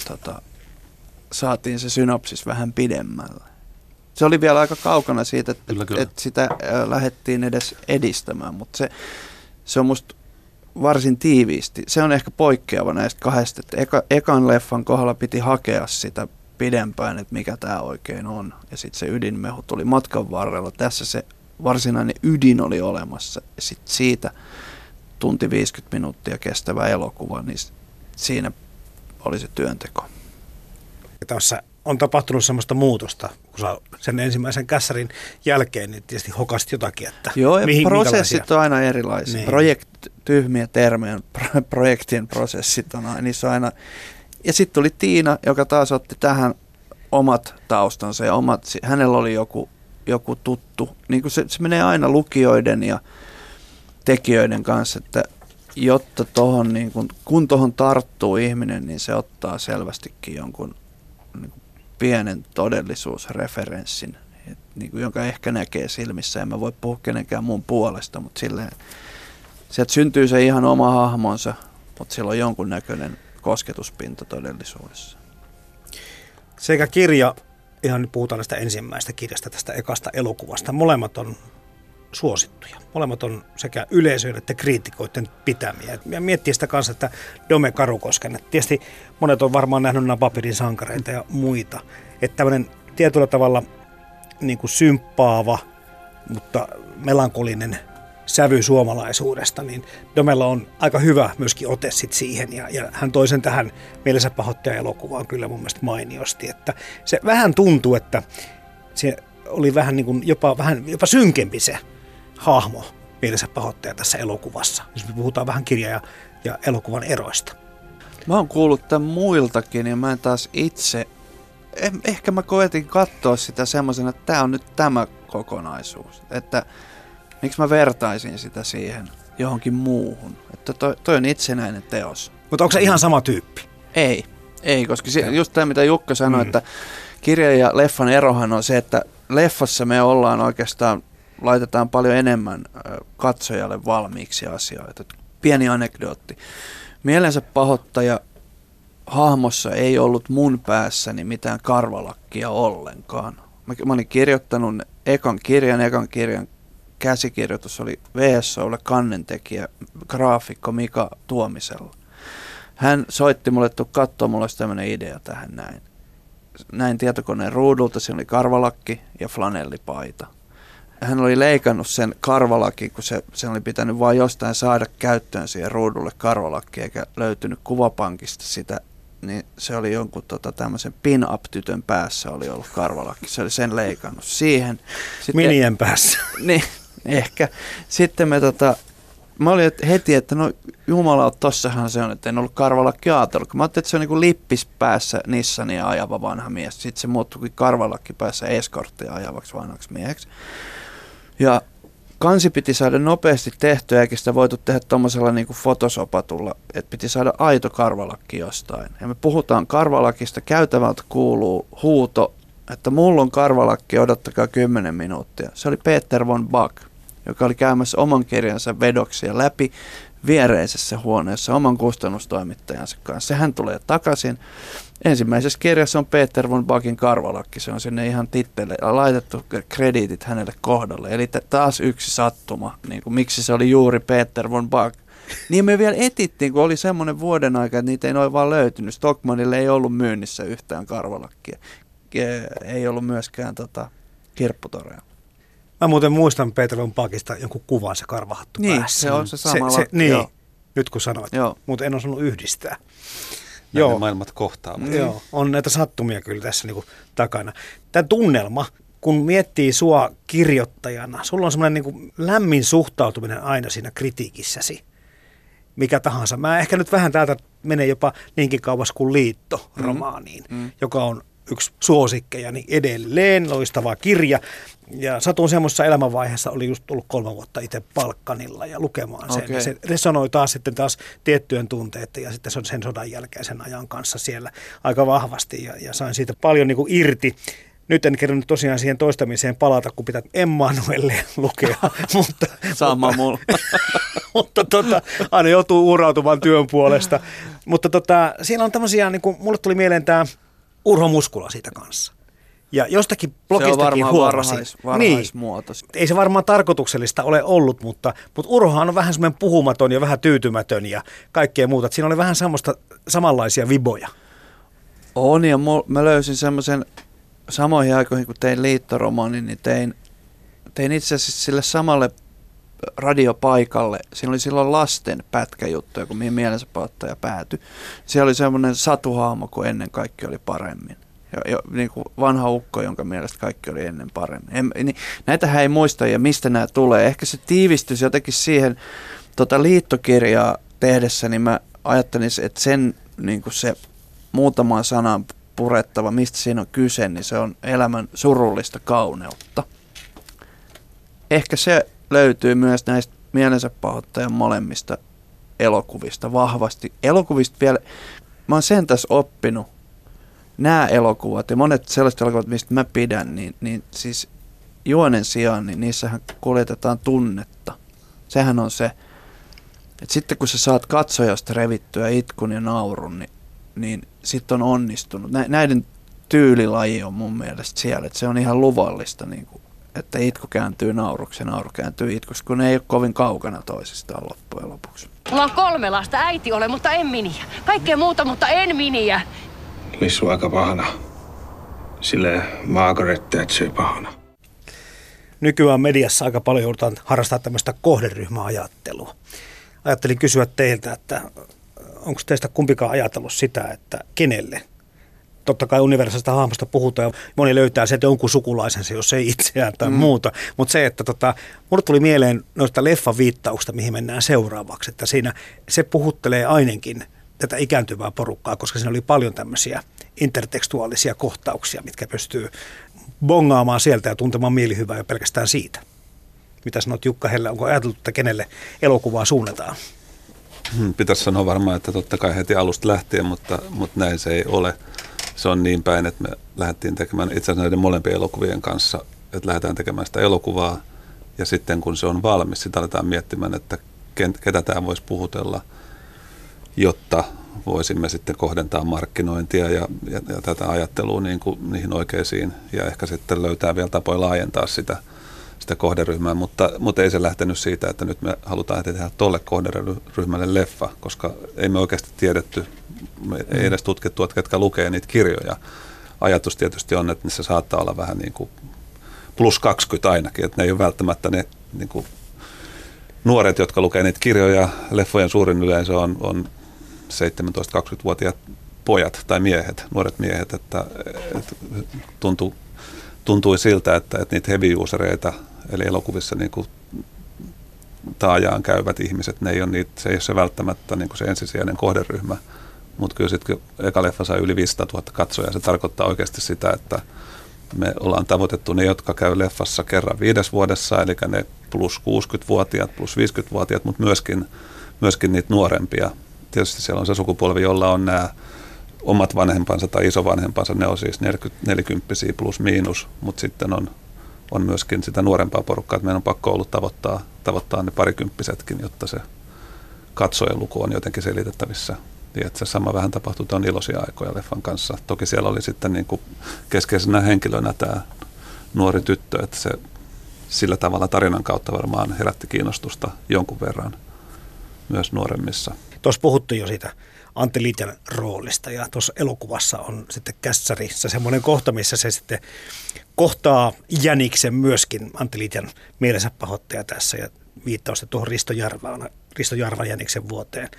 Saatiin se synopsis vähän pidemmälle. Se oli vielä aika kaukana siitä, että sitä lähdettiin edes edistämään, mutta se on musta varsin tiiviisti. Se on ehkä poikkeava näistä kahdesta, että ekan leffan kohdalla piti hakea sitä pidempään, että mikä tämä oikein on. Ja sitten se ydinmehu tuli matkan varrella. Tässä se varsinainen ydin oli olemassa. Ja sitten siitä tunti 50 minuuttia kestävä elokuva, niin siinä oli se työnteko. Ja tässä on tapahtunut semmoista muutosta, kun sä sen ensimmäisen kässärin jälkeen niin tietysti hokasit jotakin, että joo, ja prosessit on aina erilaisia. Niin. Tyhmiä termejä, projektien prosessit on aina, niissä on aina. Ja sitten tuli Tiina, joka taas otti tähän omat taustansa ja hänellä oli joku tuttu. Niin kuin se menee aina lukijoiden ja tekijöiden kanssa, että jotta tohon, niin kun tuohon tarttuu ihminen, niin se ottaa selvästikin jonkun niin kuin pienen todellisuusreferenssin, niin kuin, jonka ehkä näkee silmissä. En mä voi puhua kenenkään muun puolesta, mutta silleen, sieltä syntyy se ihan oma hahmonsa, mutta sillä on jonkunnäköinen kosketuspinta todellisuudessa. Sekä kirja, ihan nyt puhutaan tästä ensimmäistä kirjasta, tästä ekasta elokuvasta, molemmat on suosittuja. Molemmat on sekä yleisöön että kriitikoiden pitämiä. Ja miettii sitä kanssa, että Dome Karukosken. Tietysti monet on varmaan nähnyt nämä Papirin sankareita ja muita. Että tämmöinen tietyllä tavalla niin kuin symppaava, mutta melankolinen sävy suomalaisuudesta, niin Domella on aika hyvä myöskin ote sit siihen. Ja hän toi sen tähän mielensä pahoittajan elokuvaan kyllä mun mielestä mainiosti. Että se vähän tuntuu, että se oli vähän niin kuin jopa synkempi se hahmo mielensä pahoittaja tässä elokuvassa, jos me puhutaan vähän kirja- ja elokuvan eroista. Mä oon kuullut tämän muiltakin ja mä en taas itse, ehkä mä koetin katsoa sitä semmoisena, että tää on nyt tämä kokonaisuus. Että miksi mä vertaisin sitä siihen johonkin muuhun. Että toi on itsenäinen teos. Mutta onko se ihan sama tyyppi? Ei, koska just tämä mitä Jukka sanoi, että kirjan ja leffan erohan on se, että leffassa me ollaan oikeastaan, laitetaan paljon enemmän katsojalle valmiiksi asioita. Pieni anekdootti. Mielensä pahoittaja hahmossa ei ollut mun päässäni mitään karvalakkia ollenkaan. Mä olin kirjoittanut ekan kirjan käsikirjoitus oli VSOlle kannentekijä, graafikko Mika Tuomisella. Hän soitti mulle, että katsoa, mulla olisi tämmöinen idea tähän näin. Näin tietokoneen ruudulta, siinä oli karvalakki ja flanellipaita. Hän oli leikannut sen karvalakki, kun se oli pitänyt vain jostain saada käyttöön siihen ruudulle karvalakki, eikä löytynyt kuvapankista sitä, niin se oli jonkun tämmöisen pin-up-tytön päässä oli ollut karvalakki. Se oli sen leikannut siihen. Minien päässä. Niin, ehkä. Sitten mä olin heti, että no jumala, tossahan se on, että en ollut karvalakki ajatellut. Mä ajattelin, että se on niin kuin lippis päässä Nissania ajava vanha mies. Sitten se muuttui karvalakki päässä eskorttia ajavaksi vanhaksi mieheksi. Ja kansi piti saada nopeasti tehtyä, eikä sitä voitu tehdä tuommoisella niin kuin fotosopatulla, että piti saada aito karvalakki jostain. Ja me puhutaan karvalakista, käytävältä kuuluu huuto, että mulla on karvalakki, odottakaa 10 minuuttia. Se oli Peter von Bach, joka oli käymässä oman kirjansa vedoksia läpi viereisessä huoneessa oman kustannustoimittajansa kanssa. Hän tulee takaisin. Ensimmäisessä kirjassa on Peter von Bachin karvalakki. Se on sinne ihan tittelle laitettu krediitit hänelle kohdalle. Eli taas yksi sattuma, niin kuin miksi se oli juuri Peter von Bach. Niin me vielä etittiin, kun oli semmoinen vuoden aika, että niitä ei noin vaan löytynyt. Stockmanille ei ollut myynnissä yhtään karvalakkia. Ei ollut myöskään kirpputorea. Mä muuten muistan Peter von Bachista jonkun kuvan se karvahattu niin, päässä. se on se sama niin, joo. Nyt kun sanoit, mutta en osannut yhdistää. Joo. Maailmat kohtaavat. Joo, on näitä sattumia kyllä tässä niin kuin takana. Tämä tunnelma, kun miettii sua kirjoittajana, sulla on semmoinen niin kuin lämmin suhtautuminen aina siinä kritiikissäsi. Mikä tahansa. Mä ehkä nyt vähän täältä menee jopa niinkin kauas kuin Liitto-romaaniin, joka on yksi suosikkejani edelleen, loistava kirja. Ja satun semmoisessa elämänvaiheessa, oli just tullut 3 vuotta itse Balkanilla ja lukemaan sen. Ja se resonoi taas tiettyjen tunteiden ja sitten sen sodan jälkeisen ajan kanssa siellä aika vahvasti ja sain siitä paljon niin kuin irti. Nyt en kerran tosiaan siihen toistamiseen palata, kun pitää Emmanuelle lukea, Sama mulla. mutta aina joutuu uhrautumaan työn puolesta. Mutta siellä on tämmöisiä, niin kuin mulle tuli mieleen tämä Urho Muskula siitä kanssa. Ja jostakin blogistakin huomasin. Varhaismuoto. Niin, ei se varmaan tarkoituksellista ole ollut, mutta Urhohan on vähän semmoinen puhumaton ja vähän tyytymätön ja kaikkea muuta. Siinä oli vähän samanlaisia viboja. On, ja mä löysin semmoisen samoihin aikoihin, kun tein Liittoromaanin, niin tein itse asiassa sille samalle radiopaikalle. Siinä oli silloin lasten pätkäjuttuja, kun mihin mielensä pahoittaja päätyi. Siellä oli semmoinen satuhaamo, kun ennen kaikki oli paremmin. Ja niin kuin vanha ukko, jonka mielestä kaikki oli ennen paremmin. Näitähän ei muista, ja mistä nämä tulee. Ehkä se tiivistys jotenkin siihen liittokirjaa tehdessä, niin mä ajattelin, että sen niin kuin se muutaman sanan purettava, mistä siinä on kyse, niin se on elämän surullista kauneutta. Ehkä se löytyy myös näistä mielensä pahoittajan molemmista elokuvista vahvasti. Elokuvista vielä, mä oon sen tässä oppinut, nämä elokuvat ja monet sellaiset elokuvat, mistä mä pidän, niin siis juonen sijaan, niin niissähän kuljetetaan tunnetta. Sehän on se, että sitten kun sä saat katsojasta revittyä itkun ja naurun, niin sitten on onnistunut. Näiden tyylilaji on mun mielestä siellä, että se on ihan luvallista, niin kuin, että itku kääntyy nauruksi ja nauru kääntyy itkuksi, kun ne ei ole kovin kaukana toisistaan loppujen lopuksi. Mulla on 3 lasta, äiti ole, mutta en miniä. Kaikkea muuta, mutta en miniä. Lissu aika pahana. Silleen Margaret Thatcher pahana. Nykyään mediassa aika paljon joudutaan harrastaa tämmöistä kohderyhmäajattelua. Ajattelin kysyä teiltä, että onko teistä kumpikaan ajatellut sitä, että kenelle? Totta kai universaalista hahmosta puhutaan ja moni löytää sieltä jonkun sukulaisensa, jos ei itseään tai muuta. Mutta se, että mulle tuli mieleen noista leffaviittauksista, mihin mennään seuraavaksi. Että siinä se puhuttelee ainakin tätä ikääntyvää porukkaa, koska siinä oli paljon tämmöisiä intertekstuaalisia kohtauksia, mitkä pystyy bongaamaan sieltä ja tuntemaan mielihyvää jo pelkästään siitä. Mitä sanot Jukka Helle, onko ajateltu, että kenelle elokuvaa suunnataan? Pitäisi sanoa varmaan, että totta kai heti alusta lähtien, mutta näin se ei ole. Se on niin päin, että me lähdettiin tekemään itse asiassa näiden molempien elokuvien kanssa, että lähdetään tekemään sitä elokuvaa ja sitten kun se on valmis, sitten aletaan miettimään, että ketä tämä voisi puhutella, jotta voisimme sitten kohdentaa markkinointia ja tätä ajattelua niihin oikeisiin ja ehkä sitten löytää vielä tapoja laajentaa sitä kohderyhmää, mutta ei se lähtenyt siitä, että nyt me halutaan tehdä tolle kohderyhmälle leffa, koska ei me oikeasti tiedetty, ei edes tutkittu, että ketkä lukee niitä kirjoja. Ajatus tietysti on, että se saattaa olla vähän niin kuin plus 20 ainakin, että ne ei ole välttämättä ne niin kuin nuoret, jotka lukee niitä kirjoja. Leffojen suurin yleisö on 17-20-vuotiaat pojat tai miehet, nuoret miehet, että tuntui siltä, että niitä heavy-usereita, eli elokuvissa niin kuin taajaan käyvät ihmiset, se ei ole se välttämättä niin kuin se ensisijainen kohderyhmä, mutta kyllä sitten kun eka leffa sai yli 500 000 katsojaa, se tarkoittaa oikeasti sitä, että me ollaan tavoitettu ne, jotka käy leffassa kerran 5 vuodessa, eli ne plus 60-vuotiaat, plus 50-vuotiaat, mutta myöskin niitä nuorempia. Tietysti siellä on se sukupolvi, jolla on nämä omat vanhempansa tai isovanhempansa, ne on siis 40 plus miinus, mutta sitten on myöskin sitä nuorempaa porukkaa, että meidän on pakko ollut tavoittaa ne parikymppisetkin, jotta se katsojen luku on jotenkin selitettävissä. Ja että se sama vähän tapahtui tuon Iloisia aikoja leffan kanssa. Toki siellä oli sitten niin kuin keskeisenä henkilönä tämä nuori tyttö, että se sillä tavalla tarinan kautta varmaan herätti kiinnostusta jonkun verran myös nuoremmissa. Tuossa puhuttiin jo siitä Antti Liitjan roolista ja tuossa elokuvassa on sitten Kässärissa semmoinen kohta, missä se sitten kohtaa Jäniksen myöskin, Antti Liitjan mielensä pahoittaja tässä ja viittausta tuohon Risto Jarvan Jäniksen vuoteen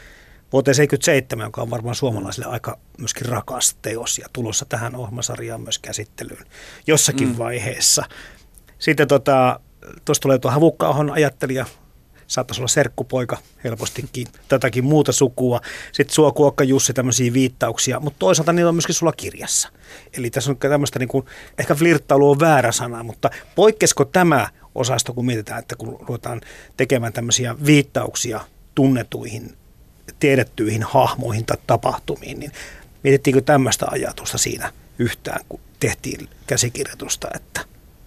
77, joka on varmaan suomalaisille aika myöskin rakas teos ja tulossa tähän ohjelmasarjaan myös käsittelyyn jossakin vaiheessa. Sitten tuossa tulee tuo Havukka-ahon ajattelija, saattaisi olla serkkupoika helpostikin, tätäkin muuta sukua. Sitten Suo Kuokka Jussi, tämmöisiä viittauksia, mutta toisaalta niillä on myöskin sulla kirjassa. Eli tässä on tämmöistä, niin kuin, ehkä flirttailu on väärä sana, mutta poikkesko tämä osasto, kun mietitään, että kun ruvetaan tekemään tämmöisiä viittauksia tunnetuihin, tiedettyihin hahmoihin tai tapahtumiin, niin mietittiinkö tämmöistä ajatusta siinä yhtään, kun tehtiin käsikirjoitusta? Että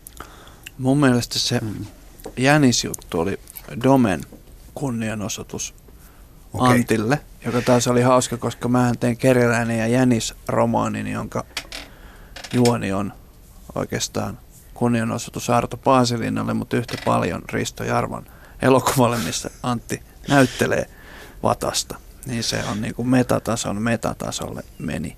mun mielestä se Jänisjuttu oli Domen kunnianosoitus Antille, joka taas oli hauska, koska mähän tein Kerjäläinen ja Jänis-romaanin, jonka juoni on oikeastaan kunnianosoitus Arto Paasilinnalle, mutta yhtä paljon Risto Jarvan elokuvalle, missä Antti näyttelee Vatasta. Niin se on niin kuin metatasolle meni.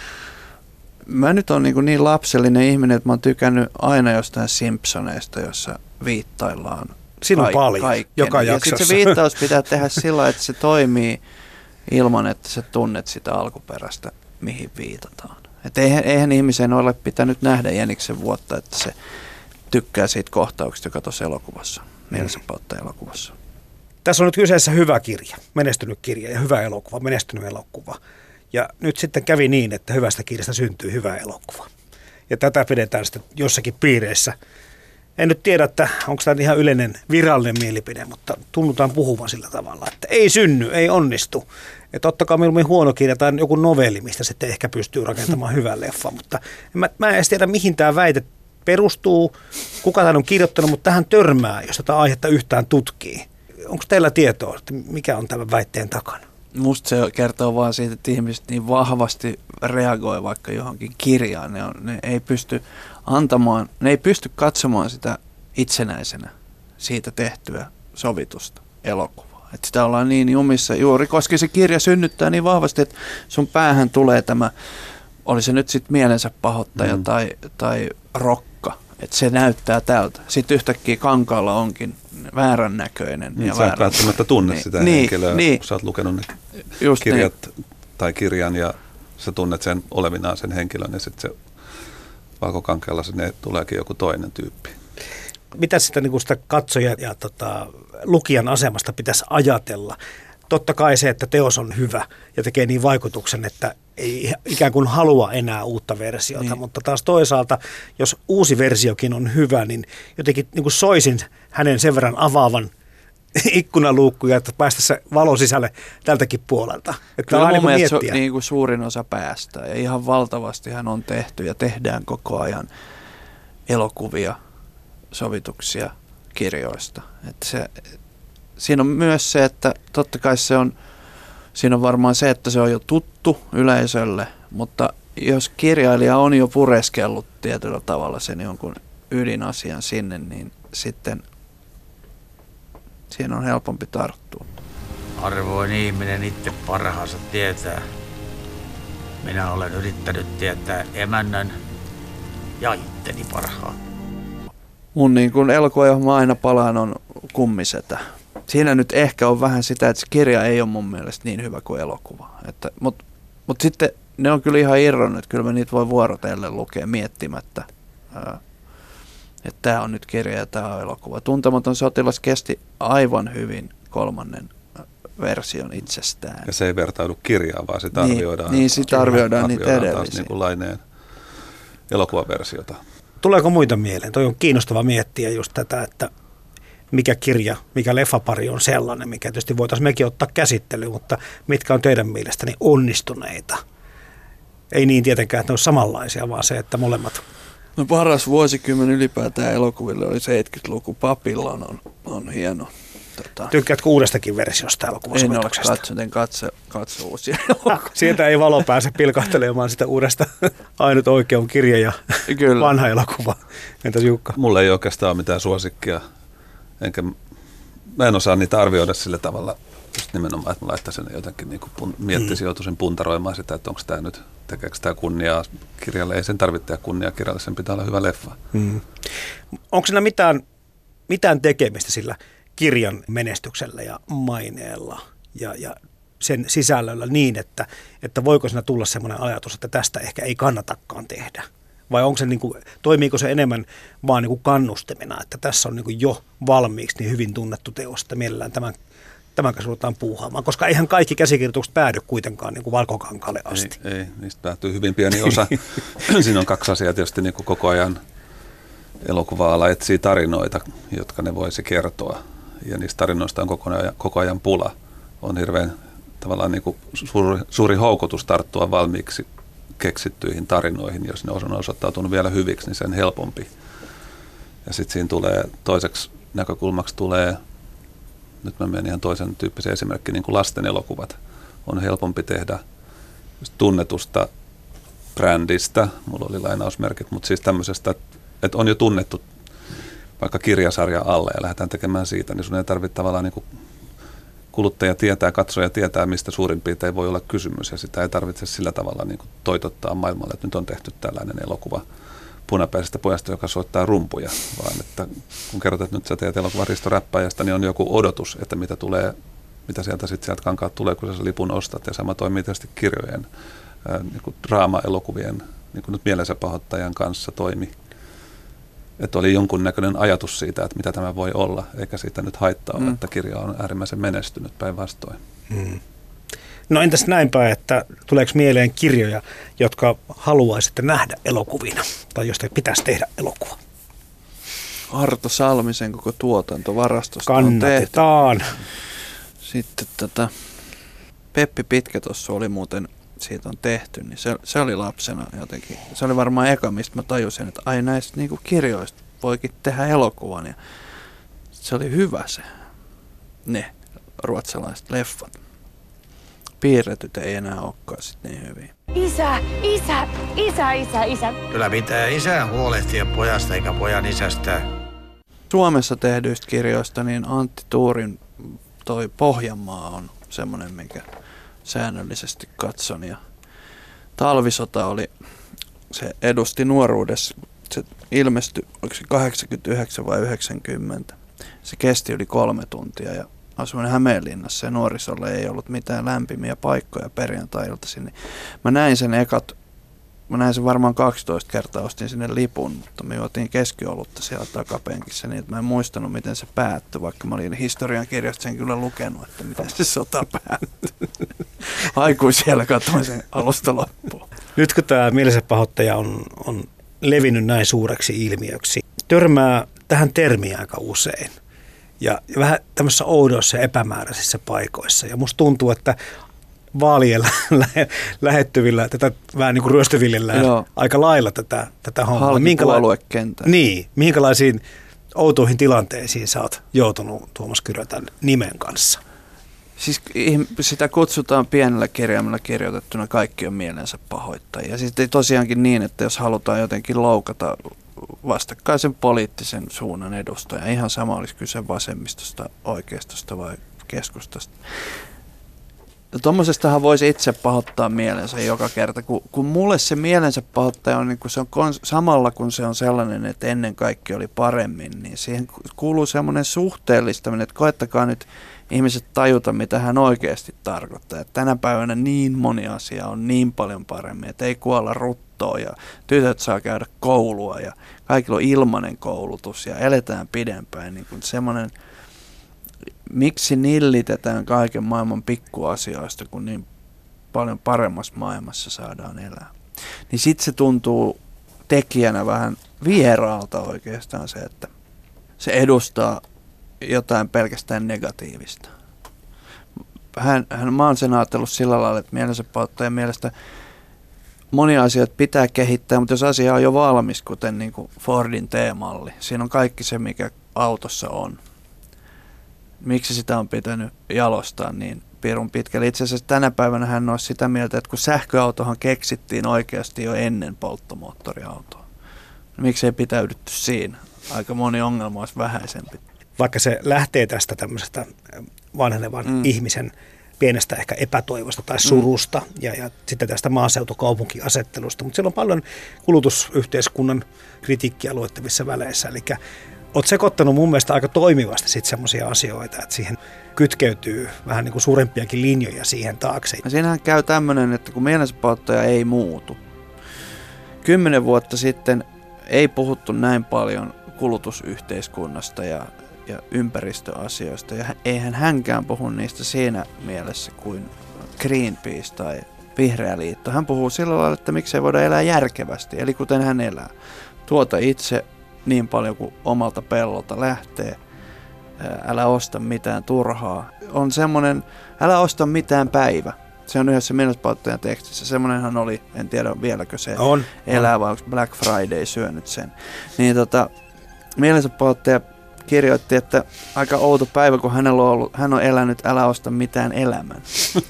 Mä nyt on niin lapsellinen ihminen, että mä oon tykännyt aina jostain Simpsoneista, jossa viittaillaan. Siinä on paljon, joka jaksossa. Ja sitten se viittaus pitää tehdä sillä, että se toimii ilman, että sä tunnet sitä alkuperäistä, mihin viitataan. Et eihän ihmisen ole pitänyt nähdä Jäniksen vuotta, että se tykkää siitä kohtauksesta, joka tuossa elokuvassa, mielensä elokuvassa. Tässä on nyt kyseessä hyvä kirja, menestynyt kirja ja hyvä elokuva, menestynyt elokuva. Ja nyt sitten kävi niin, että hyvästä kirjasta syntyy hyvä elokuva. Ja tätä pidetään sitten jossakin piireissä. En nyt tiedä, että onko tämä ihan yleinen virallinen mielipide, mutta tunnutaan puhumaan sillä tavalla, että ei synny, ei onnistu. Että ottakaa mieluummin huono kirja tai joku novelli, mistä sitten ehkä pystyy rakentamaan hyvän leffan. Mutta mä en edes tiedä, mihin tämä väite perustuu, kuka tämän on kirjoittanut, mutta tähän törmää, jos tätä aihetta yhtään tutkii. Onko teillä tietoa, että mikä on tämän väitteen takana? Musta se kertoo vaan siitä, että ihmiset niin vahvasti reagoi vaikka johonkin kirjaan. Ne ei pysty antamaan, ne ei pysty katsomaan sitä itsenäisenä siitä tehtyä sovitusta elokuvaa. Että sitä ollaan niin jumissa juuri, koska se kirja synnyttää niin vahvasti, että sun päähän tulee tämä, oli se nyt sitten mielensä pahoittaja tai rokka, että se näyttää tältä. Sitten yhtäkkiä kankaalla onkin väärän näköinen. Niin, sä et välttämättä tunne sitä henkilöä, kun sä oot lukenut ne kirjat tai kirjan ja sä tunnet sen olevinaan sen henkilön ja sitten se valkokankealla sinne tuleekin joku toinen tyyppi. Mitä sitä, niin sitä katsoja ja lukijan asemasta pitäisi ajatella? totta kai se, että teos on hyvä ja tekee niin vaikutuksen, että ei ikään kuin halua enää uutta versiota, niin. Mutta taas toisaalta, jos uusi versiokin on hyvä, niin jotenkin niin kuin soisin hänen sen verran avaavan ikkunaluukkuja, että päästä se valo sisälle tältäkin puolelta. Että kyllä mun mielestä miettiä. Niin kuin suurin osa päästään ja ihan valtavasti hän on tehty ja tehdään koko ajan elokuvia, sovituksia kirjoista. Että siinä on myös se, että totta kai siinä on varmaan se, että se on jo tuttu yleisölle, mutta jos kirjailija on jo pureskellut tietyllä tavalla sen jonkun ydinasian sinne, niin sitten siinä on helpompi tarttua. Arvoin ihminen itse parhaansa tietää. Minä olen yrittänyt tietää emännän ja itteni parhaan. Mun niin kun elokuva, johon mä aina palaan, on Kummisetä. Siinä nyt ehkä on vähän sitä, että se kirja ei ole mun mielestä niin hyvä kuin elokuva. Mutta sitten ne on kyllä ihan irronnut, että kyllä mä niitä voi vuorotellen lukea miettimättä, että tämä on nyt kirja ja tämä on elokuva. Tuntematon sotilas kesti aivan hyvin 3. version itsestään. Ja se ei vertaudu kirjaan, vaan sitä arvioidaan. Niin, sitä arvioidaan niitä edellisiä. Taas niin kuin Laineen elokuvaversiota. Tuleeko muita mieleen? Toi on kiinnostava miettiä just tätä, että mikä kirja, mikä leffapari on sellainen, mikä tietysti voitaisiin mekin ottaa käsittelyyn, mutta mitkä on teidän mielestäni onnistuneita? Ei niin tietenkään, että ne on samanlaisia, vaan se, että molemmat. No paras vuosikymmen ylipäätään elokuville oli 70-luku. Papillon on hieno. Tykkäätkö uudestakin versiosta elokuvasovituksesta? En katso uusia elokuvia. Sieltä ei valo pääse pilkahtelemaan sitä uudesta. Ainut oikea on kirja ja kyllä. Vanha elokuva. Entäs Jukka? Mulla ei oikeastaan ole mitään suosikkia. Mä en osaa niitä arvioida sillä tavalla, just nimenomaan, että mä laittaisin jotenkin niin kuin miettisin, joutuisin puntaroimaan sitä, että onko tämä nyt, tekeekö tämä kunniaa kirjalle. Ei sen tarvitse tehdä kunniaa kirjalle, sen pitää olla hyvä leffa. Onko siinä mitään tekemistä sillä kirjan menestyksellä ja maineella ja sen sisällöllä niin, että voiko siinä tulla semmoinen ajatus, että tästä ehkä ei kannatakaan tehdä? Vai onko se toimiiko se enemmän vaan kannustimena, että tässä on jo valmiiksi niin hyvin tunnettu teos, että mielellään tämän kanssa ruvetaan puuhaamaan, koska eihän kaikki käsikirjoitukset päädy kuitenkaan valkokankaalle asti. Ei, niistä päätyy hyvin pieni osa. Siinä on 2 asiaa tietysti koko ajan elokuva-ala etsii tarinoita, jotka ne voisi kertoa. Ja niistä tarinoista on koko ajan pula. On hirveän tavallaan suuri houkutus tarttua valmiiksi keksittyihin tarinoihin. Jos ne on osoittautunut vielä hyviksi, niin sen helpompi. Ja sitten siinä tulee toiseksi näkökulmaksi nyt mä menen ihan toisen tyyppisen esimerkki, niin kuin lasten elokuvat. On helpompi tehdä tunnetusta brändistä, mulla oli lainausmerkit, mutta siis tämmöisestä, että on jo tunnettu vaikka kirjasarja alle ja lähdetään tekemään siitä, niin sun ei tarvitse tavallaan niin kuin kuluttaja tietää, katsoja tietää, mistä suurin piirtein voi olla kysymys ja sitä ei tarvitse sillä tavalla niin kuin toitottaa maailmalle, että nyt on tehty tällainen elokuva punapäisestä pojasta, joka soittaa rumpuja, vaan että kun kerrot, että nyt sä teet elokuvan Risto Räppäjästä, niin on joku odotus, että mitä sieltä kankaat tulee, kun sä sen lipun ostat ja sama toimii tietysti kirjojen niin kuin draama-elokuvien, niin kuin nyt Mielensä pahoittajan kanssa toimi. Että oli jonkunnäköinen ajatus siitä, että mitä tämä voi olla, eikä siitä nyt haittaa olla, että kirja on äärimmäisen menestynyt päinvastoin. No entäs näinpä, että tuleeko mieleen kirjoja, jotka haluaisitte nähdä elokuvina, tai josta pitäisi tehdä elokuva? Arto Salmisen koko tuotantovarastosta kannatetaan. On tehty. Sitten Peppi Pitkä tuossa oli muuten, siitä on tehty, niin se oli lapsena jotenkin. Se oli varmaan eka, mistä mä tajusin, että ai näistä niinku kirjoista voikin tehdä elokuvan. Ja se oli hyvä ne ruotsalaiset leffat. Piirretyt ei enää olekaan sit niin hyviä. Isä. Kyllä pitää isän huolehtia pojasta eikä pojan isästä. Suomessa tehdyistä kirjoista niin Antti Tuurin toi Pohjanmaa on semmoinen, minkä säännöllisesti katson. Ja Talvisota se edusti nuoruudessa, se ilmestyi, oliko se 89 vai 90. Se kesti yli 3 tuntia ja asuin Hämeenlinnassa ja nuorisolle ei ollut mitään lämpimiä paikkoja perjantai-iltaisin. Mä näin sen ekat mä näin sen varmaan 12 kertaa, ostin sinne lipun, mutta me juotiin keskiolutta siellä takapenkissä niin, että mä en muistanut, miten se päättyi, vaikka mä olin historiankirjasta sen kyllä lukenut, että miten se sota päättyi. Aikuisiellä katsoin sen alusta loppuun. Nyt kun tämä mielensä pahoittaja on levinnyt näin suureksi ilmiöksi, törmää tähän termiin aika usein. Ja vähän tämmöisissä oudoissa ja epämääräisissä paikoissa. Ja musta tuntuu, että vaalien lähettyvillä tätä vähän niin kuin ryöstöviljellään aika lailla tätä hommaa. Halki puoluekentää. Niin, minkälaisiin outoihin tilanteisiin sä oot joutunut Tuomas Kyrö tämän nimen kanssa? Siis sitä kutsutaan pienellä kirjaimella kirjoitettuna, kaikki on mielensä pahoittajia. Siis tosiaankin niin, että jos halutaan jotenkin loukata vastakkaisen poliittisen suunnan edustaja, ihan sama olisi kyse vasemmistosta, oikeistosta vai keskustasta. Tuommoisestahan voisi itse pahoittaa mielensä joka kerta, kun mulle se mielensä pahoittaja on, niin kun se on samalla kun se on sellainen, että ennen kaikki oli paremmin, niin siihen kuuluu semmoinen suhteellistaminen, että koettakaa nyt ihmiset tajuta, mitä hän oikeasti tarkoittaa. Että tänä päivänä niin moni asia on niin paljon paremmin, että ei kuolla ruttoa ja tytöt saa käydä koulua ja kaikilla on ilmainen koulutus ja eletään pidempään. Niin kuin semmoinen, miksi nillitetään kaiken maailman pikkuasioista, kun niin paljon paremmassa maailmassa saadaan elää. Niin sitten se tuntuu tekijänä vähän vieraalta oikeastaan se, että se edustaa jotain pelkästään negatiivista. Mä oon sen ajatellut sillä lailla, että mielensä pahoittajan mielestä monia asioita pitää kehittää, mutta jos asia on jo valmis, kuten niin kuin Fordin T-malli, siinä on kaikki se, mikä autossa on. Miksi sitä on pitänyt jalostaa niin pirun pitkälle? Itse asiassa tänä päivänä hän olisi sitä mieltä, että kun sähköautohan keksittiin oikeasti jo ennen polttomoottoriautoa. Miksi ei pitäydytty siinä? Aika moni ongelma olisi vähäisempi. Vaikka se lähtee tästä tämmöisestä vanhenevan ihmisen pienestä ehkä epätoivosta tai surusta ja sitten tästä maaseutukaupunkiasettelusta, mutta siellä on paljon kulutusyhteiskunnan kritiikkiä luettavissa väleissä. Eli olet sekoittanut mun mielestä aika toimivasti sitten semmoisia asioita, että siihen kytkeytyy vähän niin kuin suurempiakin linjoja siihen taakse. Ja siinähän käy tämmöinen, että kun mielensä pahoittaja ei muutu. 10 vuotta sitten ei puhuttu näin paljon kulutusyhteiskunnasta ja ympäristöasioista. Ja eihän hänkään puhu niistä siinä mielessä kuin Greenpeace tai Vihreä liitto. Hän puhuu sillä lailla, että miksei voida elää järkevästi, eli kuten hän elää. Tuota itse niin paljon kuin omalta pellolta lähtee. Älä osta mitään turhaa. On semmoinen, älä osta mitään päivä. Se on yhdessä mielensäpahoittajan tekstissä. Semmoinenhan oli, en tiedä vieläkö se elää, vai onko Black Friday syönyt sen. Niin mielensäpahoittaja kirjoitti, että aika outo päivä, kun hän on elänyt älä osta mitään elämän.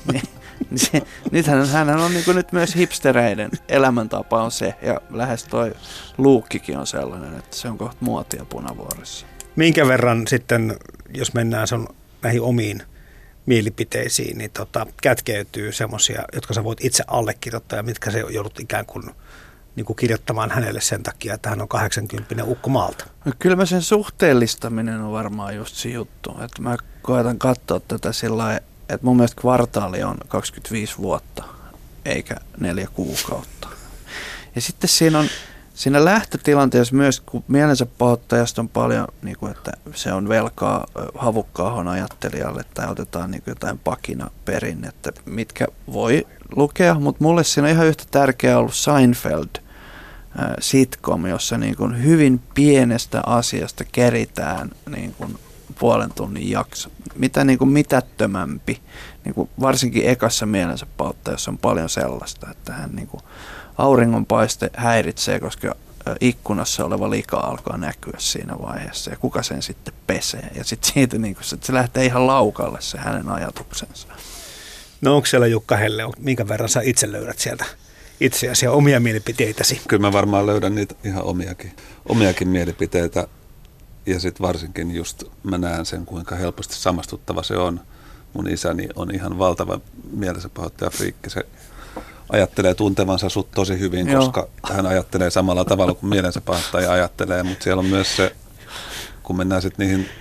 Nythän hän on niin kuin nyt myös hipstereiden elämäntapa on se, ja lähes toi luukkikin on sellainen, että se on kohta muotia Punavuoressa. Minkä verran sitten, jos mennään sun näihin omiin mielipiteisiin, niin kätkeytyy semmoisia, jotka sä voit itse allekirjoittaa ja mitkä se joudut ikään kuin kirjoittamaan hänelle sen takia, että hän on 80 ukko maalta? No, kyllä mä sen suhteellistaminen on varmaan just se juttu. Että mä koetan katsoa tätä sillä lailla, että mun mielestä kvartaali on 25 vuotta, eikä 4 kuukautta. Ja sitten siinä lähtötilanteessa myös, kun mielensä pahoittajasta on paljon, niin kuin, että se on velkaa Havukka-ahon ajattelijalle tai otetaan niin kuin jotain pakinaperinnettä, mitkä voi lukea, mutta mulle siinä on ihan yhtä tärkeää ollut Seinfeld sitcom, jossa niin kuin hyvin pienestä asiasta keritään niin kuin puolen tunnin jakso. Mitä niin kuin mitättömämpi, niin kuin varsinkin ekassa mielensä pahoittajassa on paljon sellaista, että hän niin kuin auringonpaiste häiritsee, koska ikkunassa oleva lika alkaa näkyä siinä vaiheessa ja kuka sen sitten pesee. Ja sitten siitä niin kuin, että se lähtee ihan laukalle se hänen ajatuksensa. No onko siellä Jukka Helle, minkä verran sä itse löydät sieltä itseäsi ja omia mielipiteitäsi? Kyllä mä varmaan löydän niitä ihan omiakin mielipiteitä ja sitten varsinkin just mä näen sen, kuinka helposti samastuttava se on. Mun isäni on ihan valtava mielensä pahoittaja friikki. Se ajattelee tuntevansa sut tosi hyvin, koska hän ajattelee samalla tavalla kuin mielensä pahoittaja ajattelee, mutta siellä on myös se, kun mennään sitten niihin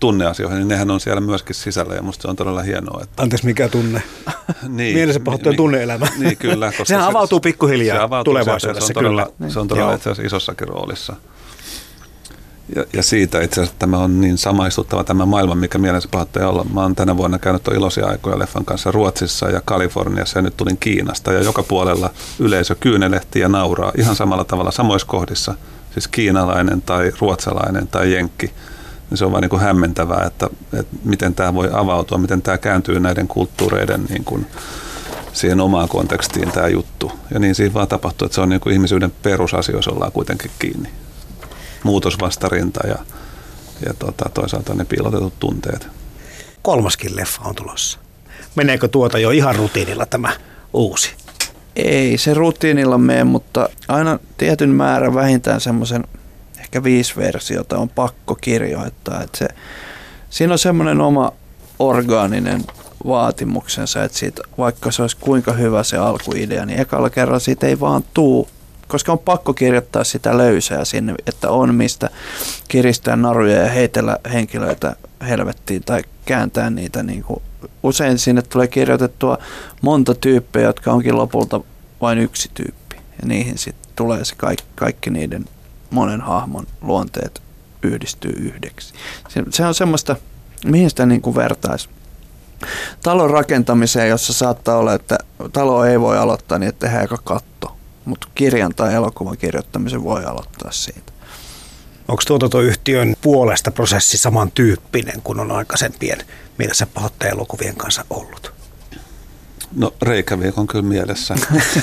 tunneasioihin, niin nehän on siellä myöskin sisällä ja musta se on todella hienoa. Että... Anteeksi, mikä tunne? Niin, mielensä pahoittujen tunne-elämä. Niin, kyllä. Sehän avautuu pikkuhiljaa tulevaisuudessa, kyllä. Se on todella itse asiassa isossakin roolissa. Ja siitä itse asiassa tämä on niin samaistuttava tämä maailma, mikä mielensä pahoittaa olla. Mä oon tänä vuonna käynyt Iloisia aikoja leffan kanssa Ruotsissa ja Kaliforniassa ja nyt tulin Kiinasta. Ja joka puolella yleisö kyynelehtii ja nauraa ihan samalla tavalla samoissa kohdissa. Siis kiinalainen tai ruotsalainen tai jenkki. Ja se on vaan niin kuin hämmentävää, että miten tämä voi avautua, miten tämä kääntyy näiden kulttuureiden niin kuin siihen omaan kontekstiin tämä juttu. Ja niin siinä vaan tapahtuu, että se on niin kuin ihmisyyden perusasioissa ollaan kuitenkin kiinni. Muutosvastarinta ja toisaalta ne piilotetut tunteet. 3. leffa on tulossa. Meneekö tuota jo ihan rutiinilla tämä uusi? Ei se rutiinilla mene, mutta aina tietyn määrän vähintään semmoisen ehkä 5 versiota on pakko kirjoittaa. Että siinä on semmoinen oma orgaaninen vaatimuksensa, että siitä, vaikka se olisi kuinka hyvä se alkuidea, niin ekalla kerralla siitä ei vaan tuu. Koska on pakko kirjoittaa sitä löysää sinne, että on mistä kiristää naruja ja heitellä henkilöitä helvettiin tai kääntää niitä. Niin kuin. Usein sinne tulee kirjoitettua monta tyyppejä, jotka onkin lopulta vain yksi tyyppi. Ja niihin sitten tulee se kaikki niiden monen hahmon luonteet yhdistyy yhdeksi. Se on semmoista, mihin sitä niin kuin vertaisi. Talon rakentamiseen, jossa saattaa olla, että talo ei voi aloittaa niin, että tehdään eka katto. Mutta kirjan tai elokuvan kirjoittamisen voi aloittaa siitä. Onko tuotantoyhtiön puolesta prosessi samantyyppinen kuin on aikaisempien mielessä pahoittaja-elokuvien kanssa ollut? No Reykjavik on kyllä mielessä.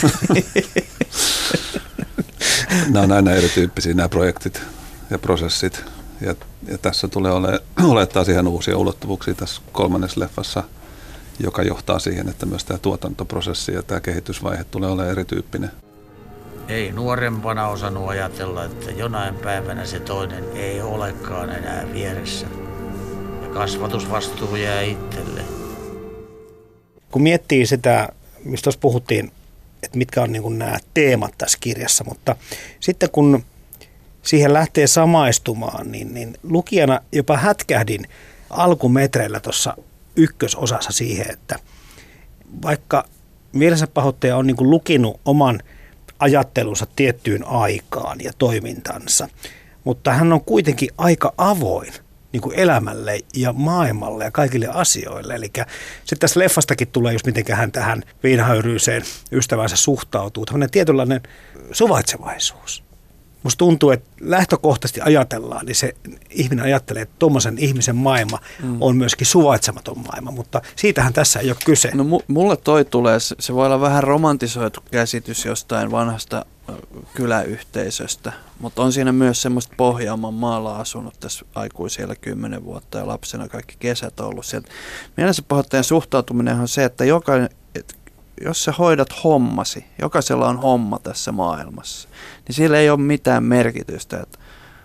Nämä on aina erityyppisiä nämä projektit ja prosessit. Ja tässä tulee olemaan taas ihan uusia ulottuvuuksia tässä 3. leffassa, joka johtaa siihen, että myös tämä tuotantoprosessi ja tämä kehitysvaihe tulee olemaan erityyppinen. Ei nuorempana osannut ajatella, että jonain päivänä se toinen ei olekaan enää vieressä. Ja kasvatusvastuu jää itselle. Kun miettii sitä, mistä tuossa puhuttiin, että mitkä on niin kuin nämä teemat tässä kirjassa, mutta sitten kun siihen lähtee samaistumaan, niin lukijana jopa hätkähdin alkumetreillä tuossa ykkösosassa siihen, että vaikka mielensä pahoittaja on niin kuin lukinut oman ajattelunsa tiettyyn aikaan ja toimintansa, mutta hän on kuitenkin aika avoin niin kuin elämälle ja maailmalle ja kaikille asioille. Eli sitten tässä leffastakin tulee just miten hän tähän viinahöyryiseen ystävänsä suhtautuu, tämmöinen tietynlainen suvaitsevaisuus. Musta tuntuu, että lähtökohtaisesti ajatellaan, niin se ihminen ajattelee, että tuommoisen ihmisen maailma on myöskin suvaitsematon maailma, mutta siitähän tässä ei ole kyse. No mulle toi tulee, se voi olla vähän romantisoitu käsitys jostain vanhasta kyläyhteisöstä, mutta on siinä myös semmoista Pohjanmaan maalla asunut tässä aikuisilla 10 vuotta ja lapsena kaikki kesät ollut sieltä. Mielensä pahoittajan suhtautuminen on se, että jos sä hoidat hommasi, jokaisella on homma tässä maailmassa, niin sillä ei ole mitään merkitystä, että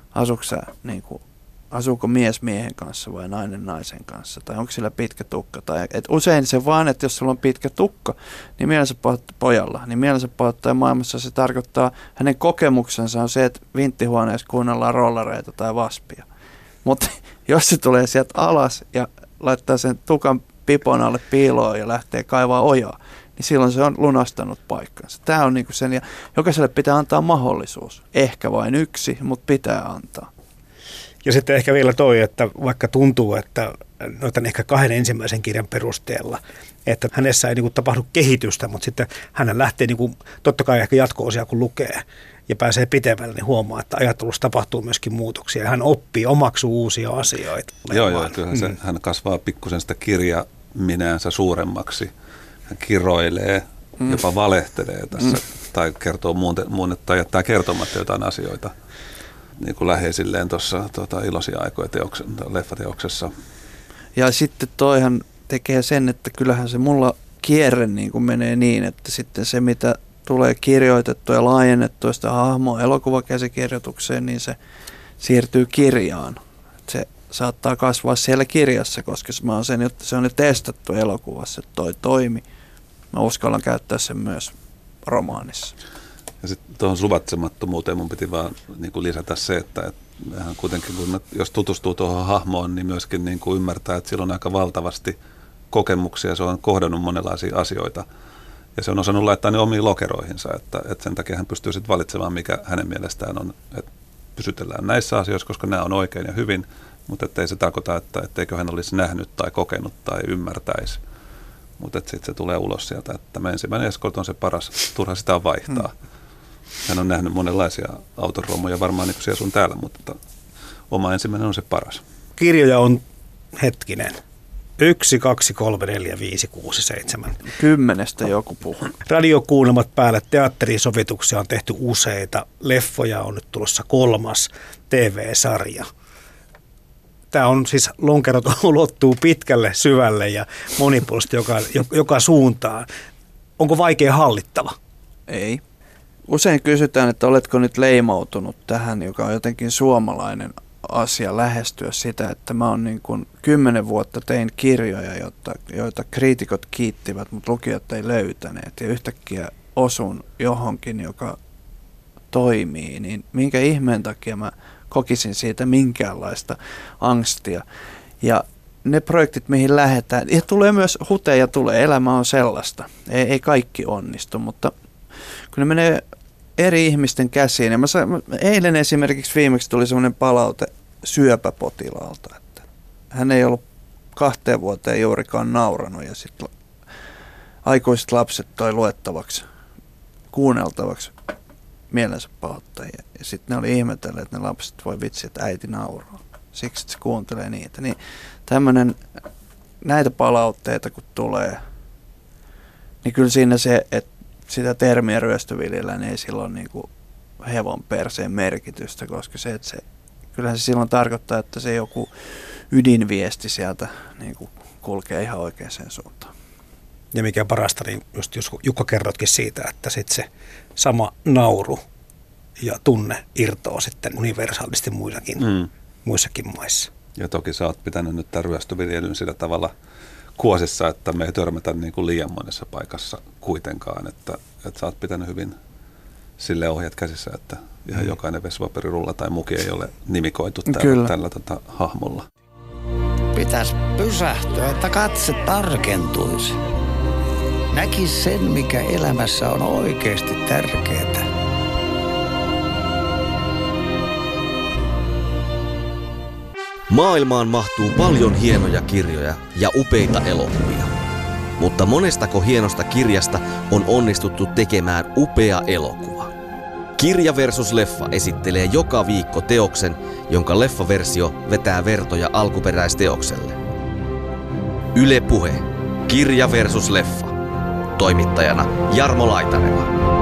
asuuko mies miehen kanssa vai nainen naisen kanssa, tai onko sillä pitkä tukka. Usein se vaan, että jos sulla on pitkä tukka, niin mielensä pojalla, niin mielensä pahoittaja maailmassa se tarkoittaa, hänen kokemuksensa on se, että vinttihuoneessa kuunnellaan rollareita tai vaspia. Mutta jos se tulee sieltä alas ja laittaa sen tukan pipon alle piiloon ja lähtee kaivaa ojaa, niin silloin se on lunastanut paikkansa. Tämä on niinku sen, ja jokaiselle pitää antaa mahdollisuus. Ehkä vain yksi, mutta pitää antaa. Ja sitten ehkä vielä toi, että vaikka tuntuu, että noiden ehkä 2 ensimmäisen kirjan perusteella, että hänessä ei niinku tapahdu kehitystä, mutta sitten hän lähtee niinku, totta kai ehkä jatko-osia kun lukee ja pääsee pitemmälle, niin huomaa, että ajattelussa tapahtuu myöskin muutoksia. Ja hän oppii, omaksuu uusia asioita. Joo, kyllähän hän kasvaa pikkusen sitä kirjaminäänsä suuremmaksi. Hän kiroilee, jopa valehtelee tässä, tai kertoo tai jättää kertomatta jotain asioita niin kuin läheisilleen tuossa Iloisia aikoja leffateoksessa. Ja sitten toihan tekee sen, että kyllähän se mulla kierre niin kuin menee niin, että sitten se mitä tulee kirjoitettua ja laajennettua sitä hahmoa elokuvakäsikirjoitukseen, niin siirtyy kirjaan. Se saattaa kasvaa siellä kirjassa, koska se on jo testattu elokuvassa, että toi toimi. Mä uskallan käyttää sen myös romaanissa. Ja sitten tuohon suvaitsemattomuuteen mun piti vaan niin kuin lisätä se, että Mehän kuitenkin, jos tutustuu tuohon hahmoon, niin myöskin niin kuin ymmärtää, että sillä on aika valtavasti kokemuksia. Se on kohdannut monenlaisia asioita ja se on osannut laittaa ne omiin lokeroihinsa, että sen takia hän pystyy sitten valitsemaan, mikä hänen mielestään on, että pysytellään näissä asioissa, koska nämä on oikein ja hyvin, mutta ei se tarkoita, että etteikö hän olisi nähnyt tai kokenut tai ymmärtäisi. Mutta sitten se tulee ulos sieltä, että tämä ensimmäinen Escort on se paras, turha sitä vaihtaa. Hän on nähnyt monenlaisia autorommoja varmaan niin kuin siellä sun täällä, mutta oma ensimmäinen on se paras. Kirjoja on, hetkinen, 1, 2, 3, 4, 5, 6, 7. 10 joku puhuu. Radiokuunnelmat päälle, teatterisovituksia on tehty useita, leffoja on nyt tulossa 3. TV-sarja. Tämä on siis, lonkerot ulottuu pitkälle, syvälle ja monipuolisesti joka suuntaan. Onko vaikea hallittava? Ei. Usein kysytään, että oletko nyt leimautunut tähän, joka on jotenkin suomalainen asia lähestyä sitä, että mä oon niin kuin 10 vuotta tein kirjoja, joita kriitikot kiittivät, mutta lukijat ei löytäneet ja yhtäkkiä osun johonkin, joka toimii, niin minkä ihmeen takia mä kokisin siitä minkäänlaista angstia. Ja ne projektit, mihin lähdetään, ja tulee myös huteja, elämä on sellaista. Ei kaikki onnistu, mutta kun ne menee eri ihmisten käsiin. Ja eilen esimerkiksi viimeksi tuli semmoinen palaute syöpäpotilaalta, että hän ei ollut 2 vuoteen juurikaan nauranut ja sitten aikuiset lapset toi luettavaksi, kuunneltavaksi mielensä pahoittajia. Ja sitten ne oli ihmetelleet, että ne lapset voi vitsi, että äiti nauraa. Siksi, että se kuuntelee niitä. Niin näitä palautteita kun tulee, niin kyllä siinä se, että sitä termiä ryöstöviljellään ei silloin niin kuin hevon perseen merkitystä, koska kyllähän se silloin tarkoittaa, että se joku ydinviesti sieltä niin kuin kulkee ihan oikeaan suuntaan. Ja mikä parasta, niin just Jukka kerrotkin siitä, että sitten se sama nauru ja tunne irtoaa sitten universaalisti muissakin maissa. Ja toki sä oot pitänyt nyt tämän ryöstöviljelyn sillä tavalla kuosissa, että me ei törmätä niin kuin liian monessa paikassa kuitenkaan, että sä oot pitänyt hyvin sille ohjat käsissä, että ihan jokainen vesipaperirulla tai muki ei ole nimikoitu tällä hahmolla. Pitäisi pysähtyä, että katse tarkentuisi. Näkisi sen, mikä elämässä on oikeasti tärkeää. Maailmaan mahtuu paljon hienoja kirjoja ja upeita elokuvia. Mutta monestako hienosta kirjasta on onnistuttu tekemään upea elokuva? Kirja versus leffa esittelee joka viikko teoksen, jonka leffaversio vetää vertoja alkuperäisteokselle. Yle Puhe. Kirja versus leffa. Toimittajana Jarmo Laitaneva.